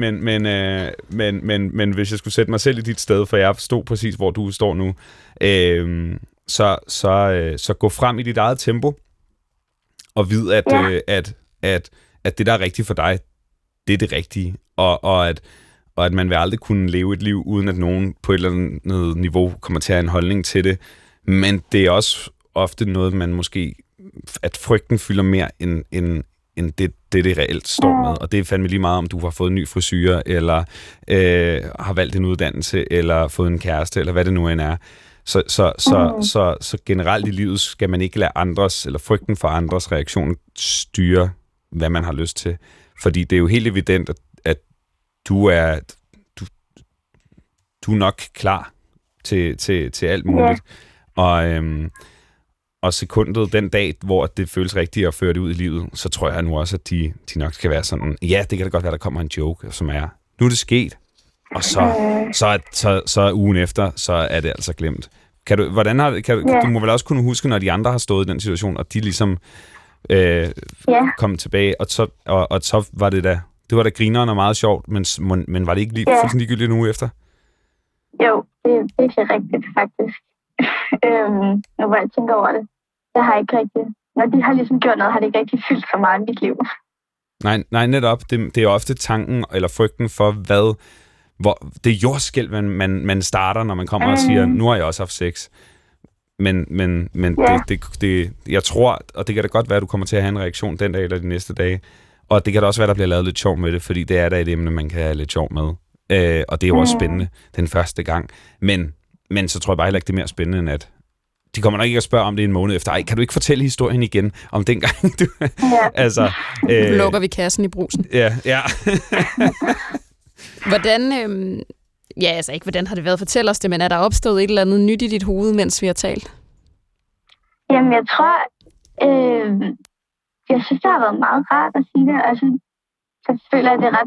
men hvis jeg skulle sætte mig selv i dit sted, for jeg forstod præcis, hvor du står nu, så gå frem i dit eget tempo, og vid, at det, der er rigtigt for dig, det er det rigtige, og at man vil aldrig kunne leve et liv, uden at nogen på et eller andet niveau kommer til at have en holdning til det. Men det er også ofte noget, man måske... At frygten fylder mere, end det reelt står med. Og det er fandme lige meget, om du har fået en ny frisyre, eller har valgt en uddannelse, eller fået en kæreste, eller hvad det nu end er. Så generelt i livet skal man ikke lade andres, eller frygten for andres reaktion styre, hvad man har lyst til. Fordi det er jo helt evident, at du er nok klar til alt muligt. Og sekundet, den dag, hvor det føles rigtigt at føre det ud i livet, så tror jeg nu også, at de nok skal være sådan, ja, det kan da godt være, der kommer en joke, som er, nu er det sket, og så ugen efter, så er det altså glemt. Du må vel også kunne huske, når de andre har stået i den situation, og de ligesom kom tilbage, og så var det var da grineren og meget sjovt, men var det ikke fuldstændig ligegyldigt en uge efter? Jo, det er virkelig rigtigt, faktisk. Nu hvor jeg tænker over det. Jeg har ikke rigtig... Når de har ligesom gjort noget, har det ikke rigtig fyldt så meget i mit liv. Nej, netop. Det er ofte tanken eller frygten for, det er jordskælv, man starter, når man kommer og siger, nu har jeg også haft sex. Men jeg tror, og det kan da godt være, at du kommer til at have en reaktion den dag eller de næste dage. Og det kan da også være, der bliver lavet lidt sjov med det, fordi det er da et emne, man kan have lidt sjov med. Og det er jo også spændende den første gang. Men så tror jeg bare heller ikke, det er mere spændende, end at de kommer nok ikke at spørge om det en måned efter. Ej, kan du ikke fortælle historien igen om den gang, du... altså, nu lukker vi kassen i brusen. Ja. Hvordan har det været? Fortæl os det, men er der opstået et eller andet nyt i dit hoved, mens vi har talt? Jamen, jeg tror... jeg synes, det har været meget rart at sige det. Altså, så føler jeg, det er ret...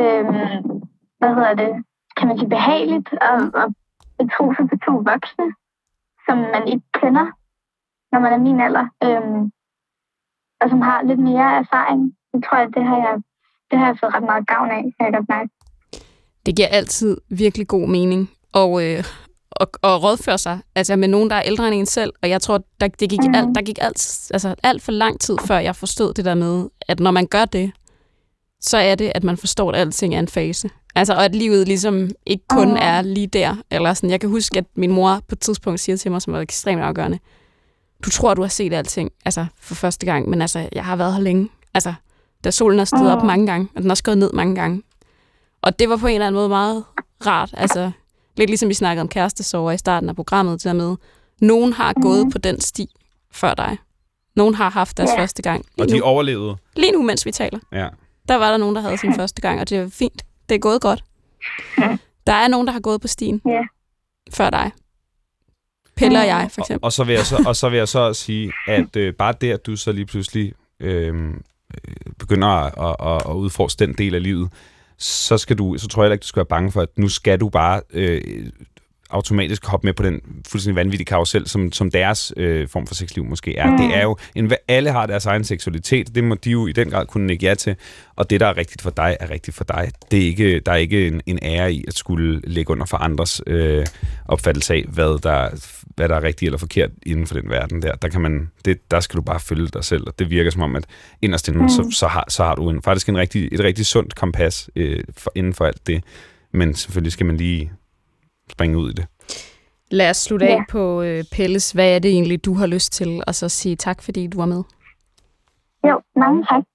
kan man sige, behageligt at betro sig til 2 voksne, som man ikke kender, når man er min alder, og som har lidt mere erfaring. Det tror jeg, det har jeg fået ret meget gavn af, kan jeg godt mærke. Det giver altid virkelig god mening at rådføre sig med nogen, der er ældre end en selv. Og jeg tror, der gik alt for lang tid, før jeg forstod det der med, at når man gør det, så er det, at man forstår, at alting er en fase. Og at livet ligesom ikke kun er lige der. Eller sådan. Jeg kan huske, at min mor på et tidspunkt siger til mig, som var ekstremt afgørende, du tror, du har set alting for første gang, men jeg har været her længe. Da solen har stået op mange gange, og den har skåret ned mange gange. Og det var på en eller anden måde meget rart. Lidt ligesom vi snakkede om kærestesorger i starten af programmet, det der med, nogen har gået på den sti før dig. Nogen har haft deres første gang. Og de overlevede. Lige nu, mens vi taler. Ja. Der var der nogen, der havde sin første gang, og det var fint. Det er gået godt. Der er nogen, der har gået på stien før dig. Pelle og jeg, for eksempel. Og så vil jeg så sige, at bare det, at du så lige pludselig begynder at udforske den del af livet, så tror jeg ikke, du skal være bange for, at nu skal du bare automatisk hoppe med på den fuldstændig vanvittige karusel, som deres form for sexliv måske er. Det er jo, alle har deres egen seksualitet, det må de jo i den grad kunne nikke ja til, og det, der er rigtigt for dig, er rigtigt for dig. Der er ikke en ære i at skulle lægge under for andres opfattelse af, hvad der er rigtigt eller forkert inden for den verden der. Der skal du bare følge dig selv, og det virker som om, at inderst inden, så har du faktisk et rigtig sundt kompas inden for alt det, men selvfølgelig skal man lige springe ud i det. Lad os slutte af på Pelles. Hvad er det egentlig, du har lyst til? Og så sige tak, fordi du var med. Jo, mange tak.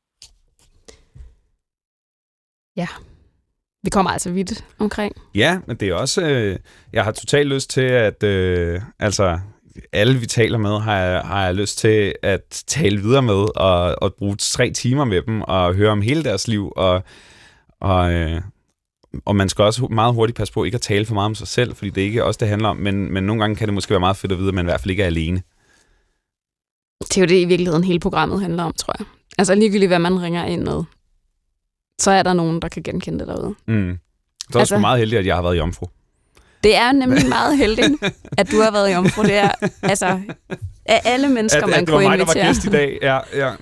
Ja, vi kommer altså vidt omkring. Ja, men det er også... jeg har totalt lyst til, at alle vi taler med, har jeg lyst til at tale videre med, og bruge 3 timer med dem, og høre om hele deres liv, og man skal også meget hurtigt passe på ikke at tale for meget om sig selv, fordi det er ikke også det handler om, men nogle gange kan det måske være meget fedt at vide, at man i hvert fald ikke er alene. Det er jo det i virkeligheden hele programmet handler om, tror jeg. Ligegyldigt hvad man ringer ind med, så er der nogen, der kan genkende det derude. Så er det meget heldigt, at jeg har været jomfru. Det er nemlig meget heldigt, at du har været jomfru. Det er af alle mennesker, man kunne invitere. Det var mig, der var gæst i dag. Ja.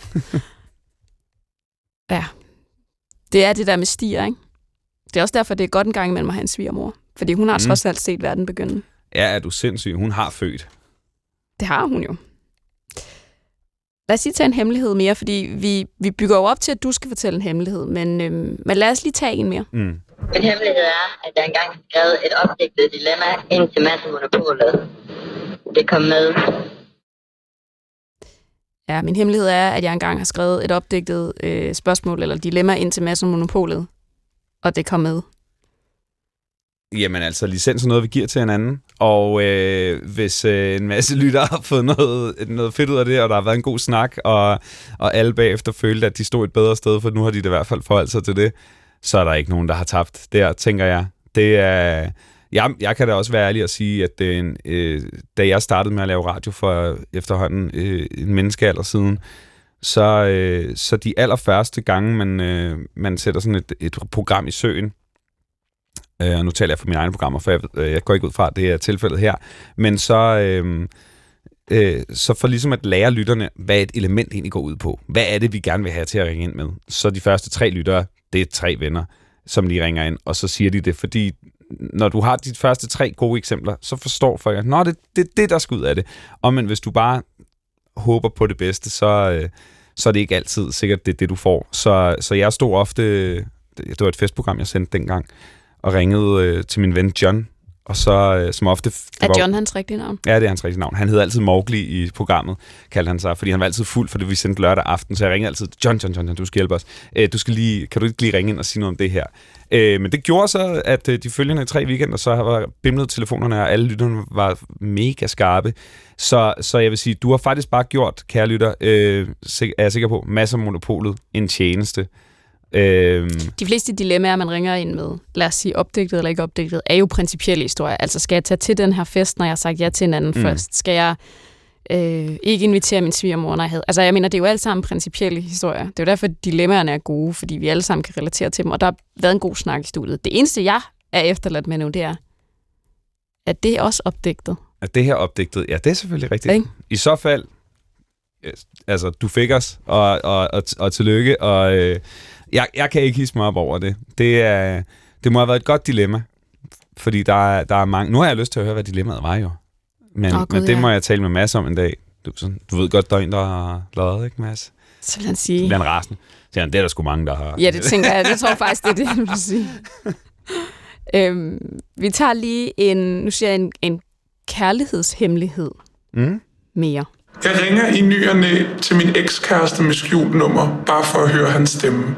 Ja. Det er det der med stier, ikke? Det er også derfor, det er godt en gang imellem at have en svigermor. Fordi hun har trods alt set verden begynde. Ja, er du sindssyg? Hun har født. Det har hun jo. Lad os lige tage en hemmelighed mere, fordi vi bygger jo op til, at du skal fortælle en hemmelighed. Men lad os lige tage en mere. En hemmelighed er, at jeg engang skrev et opdigtet dilemma ind til Mads Monopolet. Det kom med. Ja, min hemmelighed er, at jeg engang har skrevet et opdigtet spørgsmål eller dilemma ind til Mads Monopolet. Og det kom med. Jamen licens er noget, vi giver til hinanden. Og hvis en masse lyttere har fået noget fedt ud af det, og der har været en god snak, og alle bagefter følte, at de stod et bedre sted, for nu har de det i hvert fald forholdt sig til det, så er der ikke nogen, der har tabt der, tænker jeg. Det er... Jeg kan da også være ærlig at sige, at da jeg startede med at lave radio for efterhånden en menneskealder siden, så de allerførste gange, man sætter sådan et program i søen, og nu taler jeg for mine egne programmer, for jeg går ikke ud fra, at det er tilfældet her, men så for ligesom at lære lytterne, hvad et element egentlig går ud på. Hvad er det, vi gerne vil have til at ringe ind med? Så de første 3 lyttere, det er 3 venner, som lige ringer ind, og så siger de det, fordi når du har de første 3 gode eksempler, så forstår folk, at det er det, der skal ud af det. Og men hvis du bare håber på det bedste, så er det ikke altid sikkert, det er det, du får. Så jeg stod ofte, det var et festprogram, jeg sendte dengang, og ringede til min ven John, og så som ofte... Er John hans rigtige navn? Ja, det er hans rigtige navn. Han hed altid Mowgli i programmet, kaldte han sig, fordi han var altid fuld, for det vi sendte lørdag aften, så jeg ringede altid, John, du skal hjælpe os. Kan du ikke lige ringe ind og sige noget om det her? Men det gjorde så, at de følgende 3 weekender, så var bimlet telefonerne, og alle lytterne var mega skarpe. Så jeg vil sige, du har faktisk bare gjort, kære lytter, er jeg sikker på, masser af Monopolet en tjeneste. De fleste dilemmaer, man ringer ind med, lad os sige opdigtet eller ikke opdigtet, er jo principielle historier. Altså, skal jeg tage til den her fest, når jeg har sagt ja til en anden først? Skal jeg ikke invitere min svigermor, når jeg havde... Altså, jeg mener, det er jo alle sammen principielle historier. Det er jo derfor, at dilemmaerne er gode, fordi vi alle sammen kan relatere til dem, og der har været en god snak i studiet. Det eneste, jeg er efterladt med nu, det er, at det er også opdigtet. At det her opdigtet, ja, det er selvfølgelig rigtigt. Ikke? I så fald, altså, du fik os, og tillykke, og jeg kan ikke hisse mig op over det. Det må have været et godt dilemma, fordi der er mange... Nu har jeg lyst til at høre, hvad dilemmaet var jo. Men det må jeg tale med Mads om en dag. Du ved godt, der er en, der har lavet, ikke Mads? Så vil han sige... Det er en rasende. Så det er der sgu mange, der har... Ja, det tænker jeg. Det tror faktisk, det er det, jeg vil sige. Vi tager lige en kærlighedshemmelighed mere. Jeg ringer i ny og næ til min ekskæreste med skjult nummer, bare for at høre hans stemme.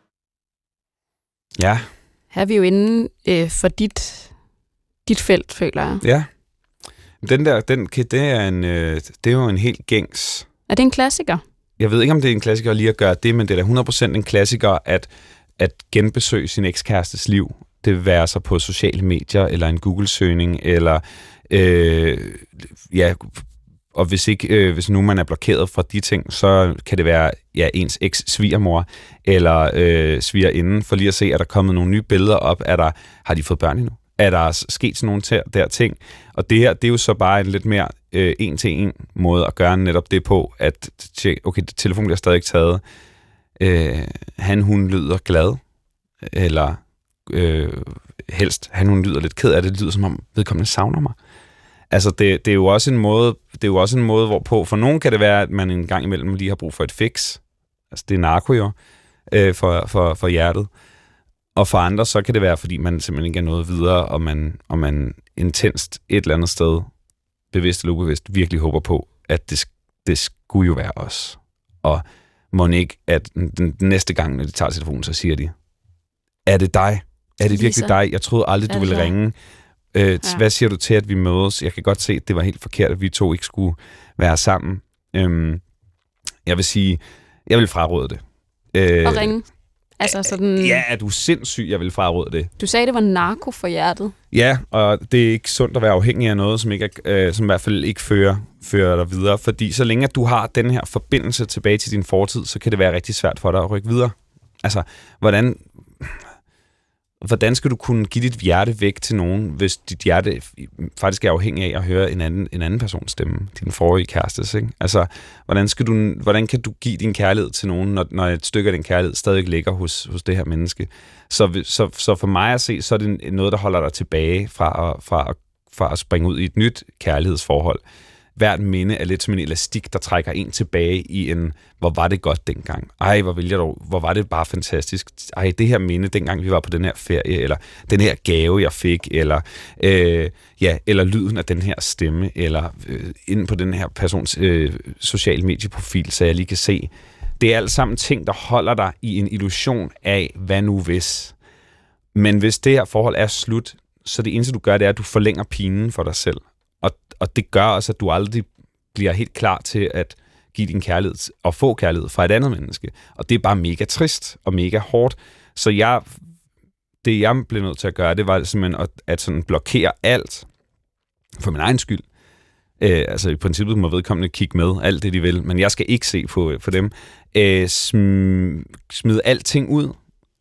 Ja. Her er vi jo inde for dit felt, føler jeg. Ja. Det er jo en helt gængs... Er det en klassiker? Jeg ved ikke, om det er en klassiker lige at gøre det, men det er da 100% en klassiker at genbesøge sin ekskærestes liv. Det vil være så på sociale medier, eller en Google-søgning, eller og hvis nu man er blokeret fra de ting, så kan det være ens eks-svigermor, eller svigerinde, for lige at se, er der kommet nogle nye billeder op, har de fået børn endnu? Er der sket sådan nogle der ting? Og det her, det er jo så bare en lidt mere en-til-en måde at gøre netop det på, at okay, telefonen bliver stadig taget. Hun lyder glad, eller helst, hun lyder lidt ked af det, lyder som om vedkommende savner mig. Altså, det er jo også en måde, hvorpå, for nogen kan det være, at man en gang imellem lige har brug for et fix. Altså, det er narko jo, for hjertet. Og for andre, så kan det være, fordi man simpelthen ikke er noget videre, og man intenst et eller andet sted, bevidst eller ubevidst, virkelig håber på, at det skulle jo være os. Og må ikke, at den næste gang, når de tager telefonen, så siger de, er det dig? Er det virkelig dig? Jeg troede aldrig, du ville ringe. Hvad siger du til, at vi mødes? Jeg kan godt se, at det var helt forkert, at vi 2 ikke skulle være sammen. Jeg vil sige, jeg vil fraråde det. Og ringe? Altså sådan... Ja, er du sindssyg, jeg vil fraråde det. Du sagde, det var narko for hjertet. Ja, og det er ikke sundt at være afhængig af noget, som i hvert fald ikke fører dig videre. Fordi så længe at du har den her forbindelse tilbage til din fortid, så kan det være rigtig svært for dig at rykke videre. Altså, hvordan skal du kunne give dit hjerte væk til nogen, hvis dit hjerte faktisk er afhængig af at høre en anden persons stemme, din forrige kærestes, ikke? Altså, hvordan kan du give din kærlighed til nogen, når et stykke af din kærlighed stadig ligger hos det her menneske? Så for mig at se, så er det noget, der holder dig tilbage fra at springe ud i et nyt kærlighedsforhold. Hvert minde er lidt som en elastik, der trækker en tilbage i hvor var det godt dengang. Ej, hvor var det bare fantastisk. Ej, det her minde, dengang vi var på den her ferie, eller den her gave, jeg fik, eller eller lyden af den her stemme, eller inde på den her persons social medieprofil, så jeg lige kan se. Det er alt sammen ting, der holder dig i en illusion af, hvad nu hvis. Men hvis det her forhold er slut, så det eneste, du gør, det er, at du forlænger pinen for dig selv. Og det gør også, at du aldrig bliver helt klar til at give din kærlighed og få kærlighed fra et andet menneske. Og det er bare mega trist og mega hårdt. Så det jeg blev nødt til at gøre, det var simpelthen at sådan blokere alt for min egen skyld. Altså i princippet må vedkommende kigge med alt det, de vil, men jeg skal ikke se på dem. Smide alting ud.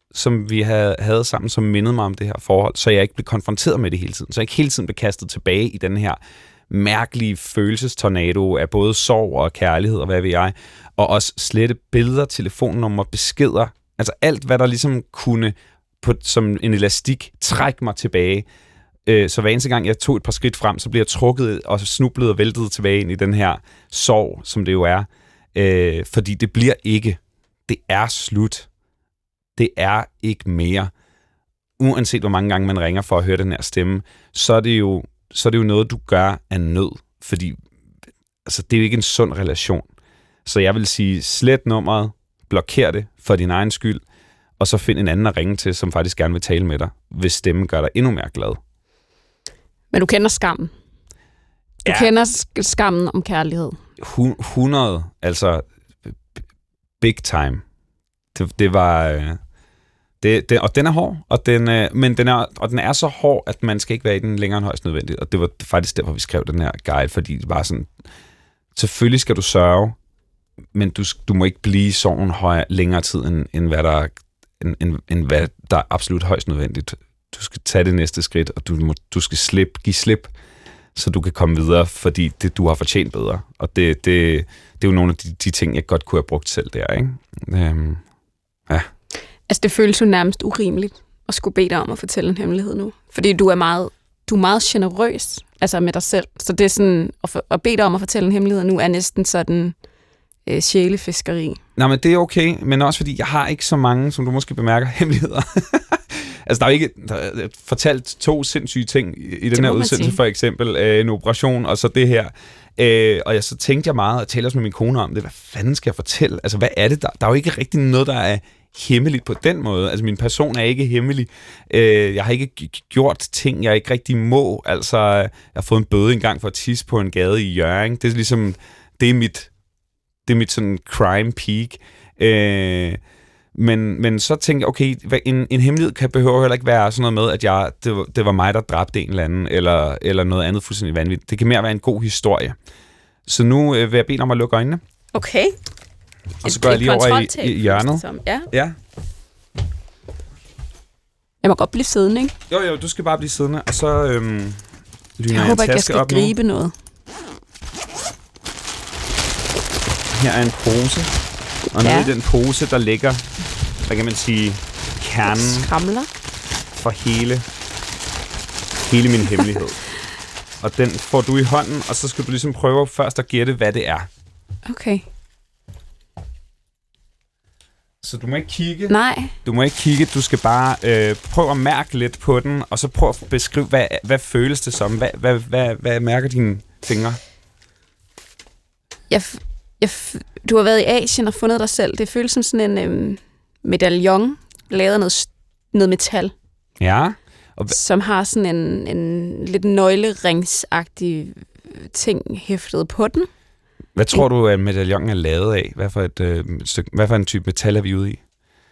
som vi havde sammen, som mindede mig om det her forhold, så jeg ikke blev konfronteret med det hele tiden. Så jeg ikke hele tiden blev kastet tilbage i den her mærkelige følelsestornado af både sorg og kærlighed og hvad ved jeg, og også slette billeder, telefonnummer, beskeder, altså alt, hvad der ligesom kunne som en elastik trække mig tilbage. Så hver eneste gang, jeg tog et par skridt frem, så blev jeg trukket og snublet og væltet tilbage ind i den her sorg, som det jo er. Fordi det bliver ikke. Det er slut. Det er ikke mere. Uanset hvor mange gange man ringer for at høre den her stemme, så er det jo noget, du gør af nød. Fordi altså, det er jo ikke en sund relation. Så jeg vil sige, slet nummeret, blokér det for din egen skyld, og så find en anden at ringe til, som faktisk gerne vil tale med dig, hvis stemmen gør dig endnu mere glad. Men du kender skammen. Du kender skammen om kærlighed. 100, altså big time. Det var... og den er hård, men den er så hård, at man skal ikke være i den længere end højst nødvendigt. Og det var faktisk derfor, vi skrev den her guide, fordi det var sådan, selvfølgelig skal du sørge, men du må ikke blive i sorgen længere tid, end hvad der er absolut højst nødvendigt. Du skal tage det næste skridt, og du skal give slip, så du kan komme videre, fordi du har fortjent bedre. Og det er jo nogle af de ting, jeg godt kunne have brugt selv der, ikke? Ja. Altså, det føles jo nærmest urimeligt at skulle bede dig om at fortælle en hemmelighed nu. Fordi du er meget generøs, altså med dig selv. Så det er sådan, at bede dig om at fortælle en hemmelighed nu, er næsten sådan sjælefiskeri. Nej, men det er okay, men også fordi, jeg har ikke så mange, som du måske bemærker, hemmeligheder. Altså, der er fortalt 2 sindssyge ting i den her udsendelse, for eksempel en operation, og så det her. Og så tænkte jeg meget, og talte også med min kone om det, hvad fanden skal jeg fortælle? Altså, hvad er det? Der er jo ikke rigtig noget, der er hemmeligt på den måde. Altså, min person er ikke hemmelig. Jeg har ikke gjort ting, jeg ikke rigtig må. Altså, jeg har fået en bøde engang for at tisse på en gade i Hjørring. Det er ligesom, det er mit sådan crime peak. Men så tænkte jeg, okay, en hemmelighed behøver heller ikke være sådan noget med, at det var mig, der dræbte en eller anden, eller noget andet fuldstændig vanvittigt. Det kan mere være en god historie. Så nu vil jeg bede dig om at lukke øjnene. Okay. Og så går jeg lige over i hjørnet. Ja. Jeg må godt blive siddende, ikke? Jo, du skal bare blive siddende, og så lyner jeg håber ikke, jeg skal gribe noget. Her er en pose. Og nede i den pose, der ligger, hvad kan man sige, kernen skramler for hele min hemmelighed. Og den får du i hånden, og så skal du ligesom prøve først at gætte, hvad det er. Okay. Så du må ikke kigge. Nej. Du må ikke kigge, du skal bare prøve at mærke lidt på den, og så prøve at beskrive, hvad føles det som? Hvad mærker dine fingre? Du har været i Asien og fundet dig selv. Det føles som sådan en medaljon, lavet af noget metal. Ja. Som har sådan en lidt nøgleringsagtig ting hæftet på den. Hvad tror du, at medaljonen er lavet af? Hvad for en type metal er vi ude i?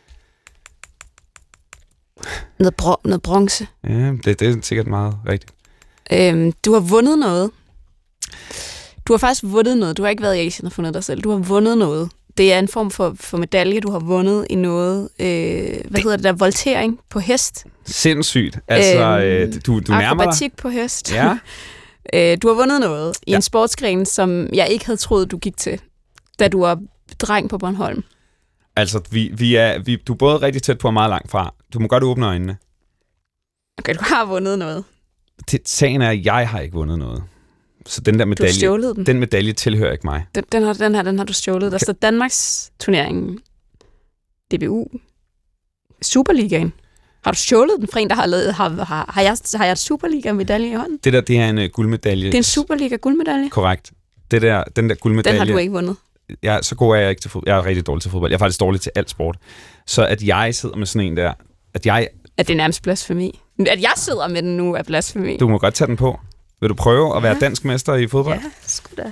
Noget bronze. Ja, det er sikkert meget rigtigt. Du har vundet noget. Du har faktisk vundet noget. Du har ikke været i Asien og fundet dig selv. Du har vundet noget. Det er en form for medalje, du har vundet i noget, hedder det der, voltering på hest. Sindssygt. Altså, du nærmer dig. Akrobatik på hest. Ja. Du har vundet noget i en sportsgren, som jeg ikke havde troet, du gik til, da du var dreng på Bornholm. Altså, du er både rigtig tæt på og meget langt fra. Du må godt åbne øjnene. Okay, du har vundet noget. Sagen er, at jeg har ikke vundet noget. Så den der medalje, den medalje tilhører ikke mig. Den har du stjålet. Der står Danmarks turneringen, DBU, Superligaen. Har du stjålet den fra en, der har lavet... Har jeg et Superliga-medalje i hånden? Det er en guldmedalje. Det er en Superliga-guldmedalje? Korrekt. Den der guldmedalje... Den har du ikke vundet? Ja, så god er jeg ikke til fodbold. Jeg er rigtig dårlig til fodbold. Jeg er faktisk dårlig til alt sport. Så at jeg sidder med sådan en der... At det er nærmest blasfemi. At jeg sidder med den nu er blasfemi. Du må godt tage den på. Vil du prøve at være dansk mester i fodbold? Ja, sgu da.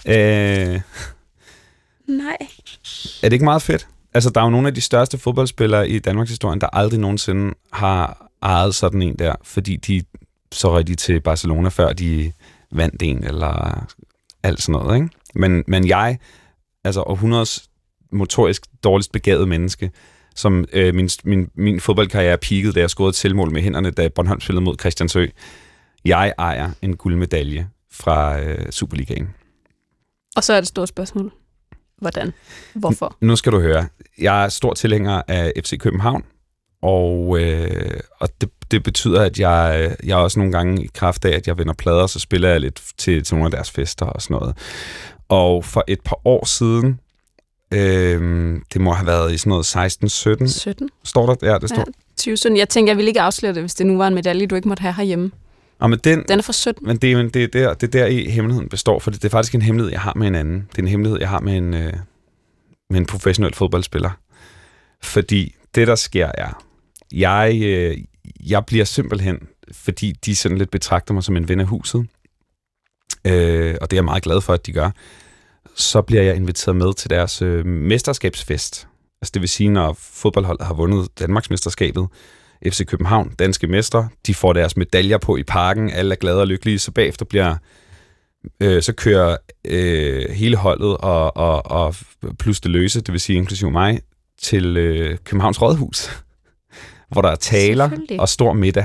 Nej. Er det ikke meget fedt? Altså, der er jo nogle af de største fodboldspillere i Danmarks historie, der aldrig nogensinde har ejet sådan en der, fordi de så rigtig til Barcelona, før de vandt en, eller alt sådan noget, ikke? Men jeg, altså århundredes motorisk dårligst begavet menneske, som min fodboldkarriere peakede, da jeg scorede et selvmål med hænderne, da Bornholm spillede mod Christiansø. Jeg ejer en guldmedalje fra Superligaen. Og så er det store spørgsmål. Hvordan? Hvorfor? Nu skal du høre. Jeg er stor tilhænger af FC København, og det betyder, at jeg også nogle gange i kraft af, at jeg vinder plader, så spiller jeg lidt til nogle af deres fester og sådan noget. Og for et par år siden, det må have været i sådan noget 16-17. 17? Står der? Ja, det står. 2017. Jeg tænker, jeg ville ikke afsløre det, hvis det nu var en medalje, du ikke måtte have herhjemme. Ja, men den er fra 17. Men det er der i hemmeligheden består, for det er faktisk en hemmelighed, jeg har med en anden. Det er en hemmelighed, jeg har med en professionel fodboldspiller. Fordi det, der sker, er, jeg bliver simpelthen, fordi de sådan lidt betragter mig som en ven af huset, og det er jeg meget glad for, at de gør, så bliver jeg inviteret med til deres mesterskabsfest. Altså det vil sige, når fodboldholdet har vundet Danmarksmesterskabet, FC København, danske mestre, de får deres medaljer på i parken, alle er glade og lykkelige, så bagefter så kører hele holdet og plus det løse, det vil sige inklusive mig, til Københavns Rådhus, hvor der er taler og stor middag.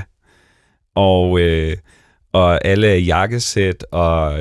Og alle jakkesæt og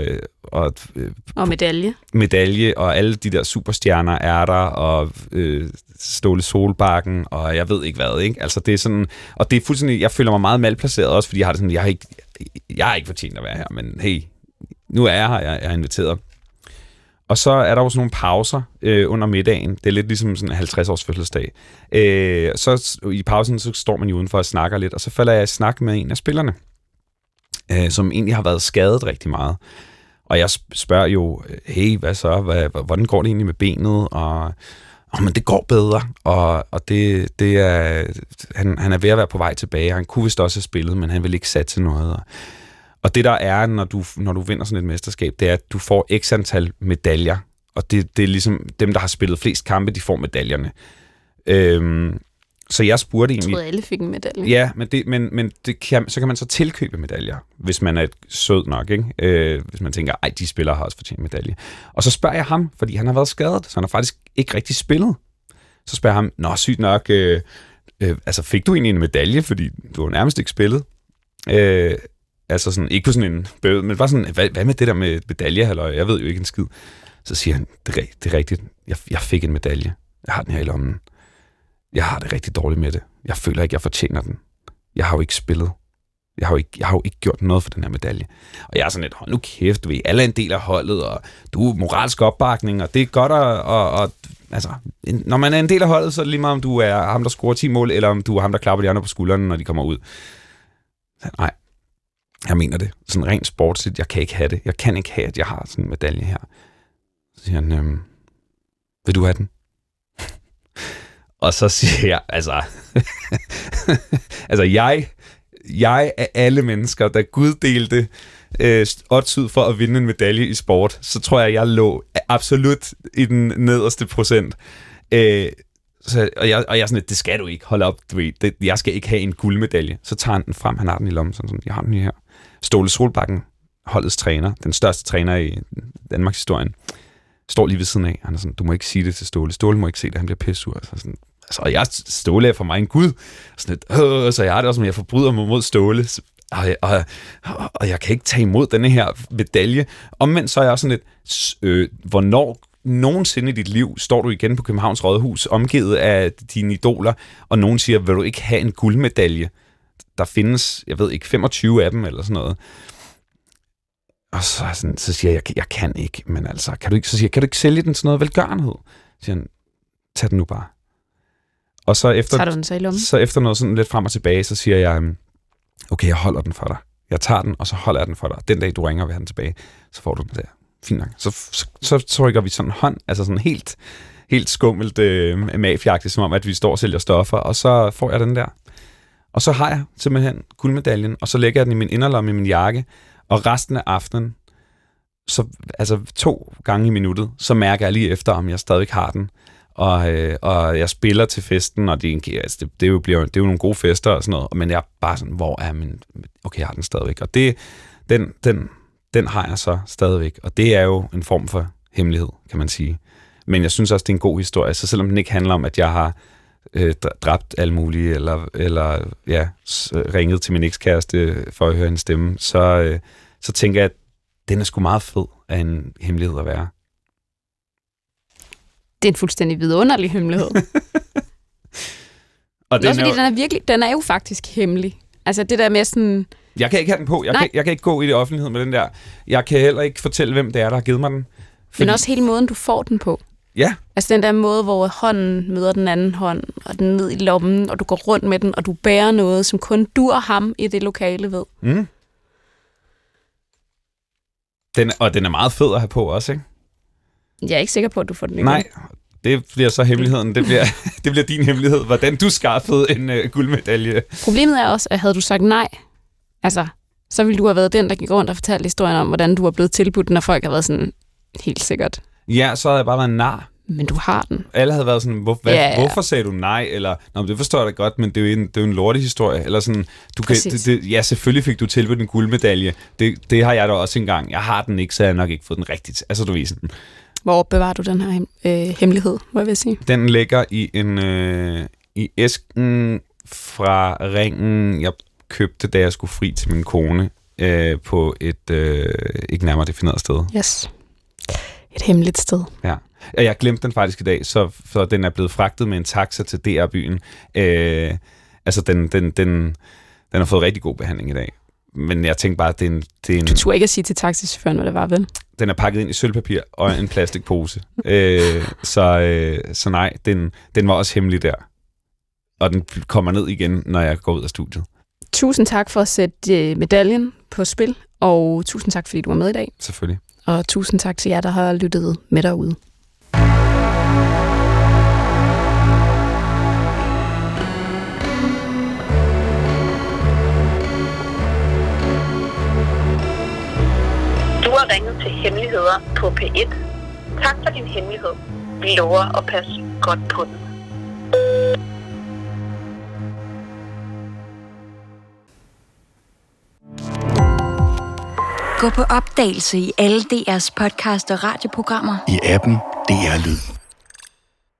medalje, og alle de der superstjerner er der, og Ståle Solbakken, og jeg ved ikke hvad, ikke? Altså det er sådan, og det er fuldstændig, jeg føler mig meget malplaceret også, fordi jeg har det sådan, jeg har ikke fortjent at være her, men hey, nu er jeg her, jeg er inviteret. Og så er der jo sådan nogle pauser under middagen. Det er lidt ligesom sådan en 50-års fødselsdag. Så i pausen, så står man jo udenfor og snakker lidt, og så falder jeg i snak med en af spillerne, som egentlig har været skadet rigtig meget. Og jeg spørger jo, hey, hvad så? Hvordan går det egentlig med benet? Og men det går bedre, og det er, han er ved at være på vej tilbage. Han kunne vist også have spillet, men han vil ikke satse noget. Og det der er, når du vinder sådan et mesterskab, det er, at du får x antal medaljer, og det er ligesom dem, der har spillet flest kampe, de får medaljerne. Så jeg spurgte egentlig... Jeg troede, alle fik en medalje. Ja, men så kan man så tilkøbe medaljer, hvis man er sød nok, ikke? Hvis man tænker, ej, de spillere har også fortjent medalje. Og så spørger jeg ham, fordi han har været skadet, så han har faktisk ikke rigtig spillet. Så spørger jeg ham, nå, sygt nok, altså fik du egentlig en medalje, fordi du har nærmest ikke spillet? Altså sådan, ikke på sådan en bøde, men bare sådan, hvad med det der med medalje, halløj? Jeg ved jo ikke en skid. Så siger han, det er rigtigt, jeg fik en medalje. Jeg har den her i lommen. Jeg har det rigtig dårligt med det. Jeg føler ikke, jeg fortjener den. Jeg har jo ikke spillet. Jeg har jo ikke gjort noget for den her medalje. Og jeg er sådan lidt, hold nu kæft, du ved, alle er en del af holdet, og du er moralsk opbakning, og det er godt og altså, når man er en del af holdet, så er det lige meget, om du er ham, der scorer 10 mål, eller om du er ham, der klapper de andre på skuldrene, når de kommer ud. Så, nej, jeg mener det. Sådan rent sportsligt, jeg kan ikke have det. Jeg kan ikke have, at jeg har sådan en medalje her. Så siger han, vil du have den? Og så siger jeg, altså jeg af alle mennesker, der Gud delte odds ud for at vinde en medalje i sport, så tror jeg lå absolut i den nederste procent. Og jeg er sådan lidt, det skal du ikke, hold op, du ved, jeg skal ikke have en guldmedalje. Så tager han den frem, han har den i lommen, sådan, jeg har den her. Ståle Solbakken, holdets træner, den største træner i Danmarks historien, står lige ved siden af. Han er sådan, du må ikke sige det til Ståle. Ståle må ikke se det, han bliver pissur. Og Ståle er for mig en gud. Så jeg har det også, som jeg forbryder mig mod Ståle. Og jeg kan ikke tage imod denne her medalje. Omvendt så er jeg også sådan lidt, hvornår nogensinde i dit liv står du igen på Københavns Rådhus, omgivet af dine idoler, og nogen siger, vil du ikke have en guldmedalje? Der findes, jeg ved ikke, 25 af dem eller sådan noget. Og så siger jeg kan ikke, men altså, kan du ikke sælge den til noget velgørenhed? Så siger han, tag den nu bare. Og så efter noget sådan lidt frem og tilbage, så siger jeg, okay, jeg holder den for dig. Jeg tager den, og så holder jeg den for dig. Den dag, du ringer og vil have den tilbage, så får du den der. Fint nok. Så trykker vi sådan en hånd, altså sådan helt skummelt mafiagtigt, som om, at vi står og sælger stoffer, og så får jeg den der. Og så har jeg simpelthen guldmedaljen, og så lægger jeg den i min inderlomme i min jakke, og resten af aftenen, så, altså 2 gange i minuttet, så mærker jeg lige efter, om jeg stadig har den. Og jeg spiller til festen, og det er jo nogle gode fester og sådan noget, men jeg er bare sådan, hvor er min... Okay, jeg har den stadigvæk. Og den har jeg så stadigvæk, og det er jo en form for hemmelighed, kan man sige. Men jeg synes også, det er en god historie, så selvom den ikke handler om, at jeg har dræbt alle mulige, eller ringet til min ekskæreste for at høre hendes stemme, så tænker jeg, at den er sgu meget fed af en hemmelighed at være. Det er en fuldstændig vidunderlig hemmelighed. Og den også fordi den er jo faktisk hemmelig. Altså det der med sådan... Jeg kan ikke have den på. Jeg kan ikke gå i det offentlighed med den der. Jeg kan heller ikke fortælle, hvem det er, der har givet mig den. Men også hele måden, du får den på. Ja. Altså den der måde, hvor hånden møder den anden hånd, og den ned i lommen, og du går rundt med den, og du bærer noget, som kun du og ham i det lokale ved. Mm. Den er meget fed at have på også, ikke? Jeg er ikke sikker på, at du får den igen. Nej, det bliver så hemmeligheden. Det bliver din hemmelighed, hvordan du skaffede en guldmedalje. Problemet er også, at havde du sagt nej, altså, så ville du have været den, der gik rundt og fortalte historien om, hvordan du var blevet tilbudt, når folk har været sådan, helt sikkert. Ja, så havde jeg bare været nar. Men du har den. Alle havde været sådan, hvorfor sagde du nej? Eller, det forstår jeg da godt, men det er jo en lortehistorie. Eller sådan, ja, selvfølgelig fik du tilbudt en guldmedalje. Det har jeg da også engang. Jeg har den ikke, så jeg har nok ikke fået den rigtigt. Altså, du viser den. Hvor bevarer du den her hemmelighed, må jeg vil sige? Den ligger i æsken fra ringen, jeg købte, da jeg skulle fri til min kone, på et ikke nærmere defineret sted. Yes. Et hemmeligt sted. Ja. Jeg glemte den faktisk i dag, så den er blevet fragtet med en taxa til DR-byen. Altså, den har fået rigtig god behandling i dag. Men jeg tænkte bare, at det er en... Du turde ikke at sige til taxichaufføren, hvad det var, vel? Den er pakket ind i sølvpapir og en plastikpose. Så nej, den var også hemmelig der. Og den kommer ned igen, når jeg går ud af studiet. Tusind tak for at sætte medaljen på spil, og tusind tak, fordi du var med i dag. Selvfølgelig. Og tusind tak til jer, der har lyttet med derude. Du har ringet til Hemmeligheder på P1. Tak for din hemmelighed. Vi lover at passe godt på den. Gå på opdagelse i alle DR's podcast og radioprogrammer. I appen DR Lyd.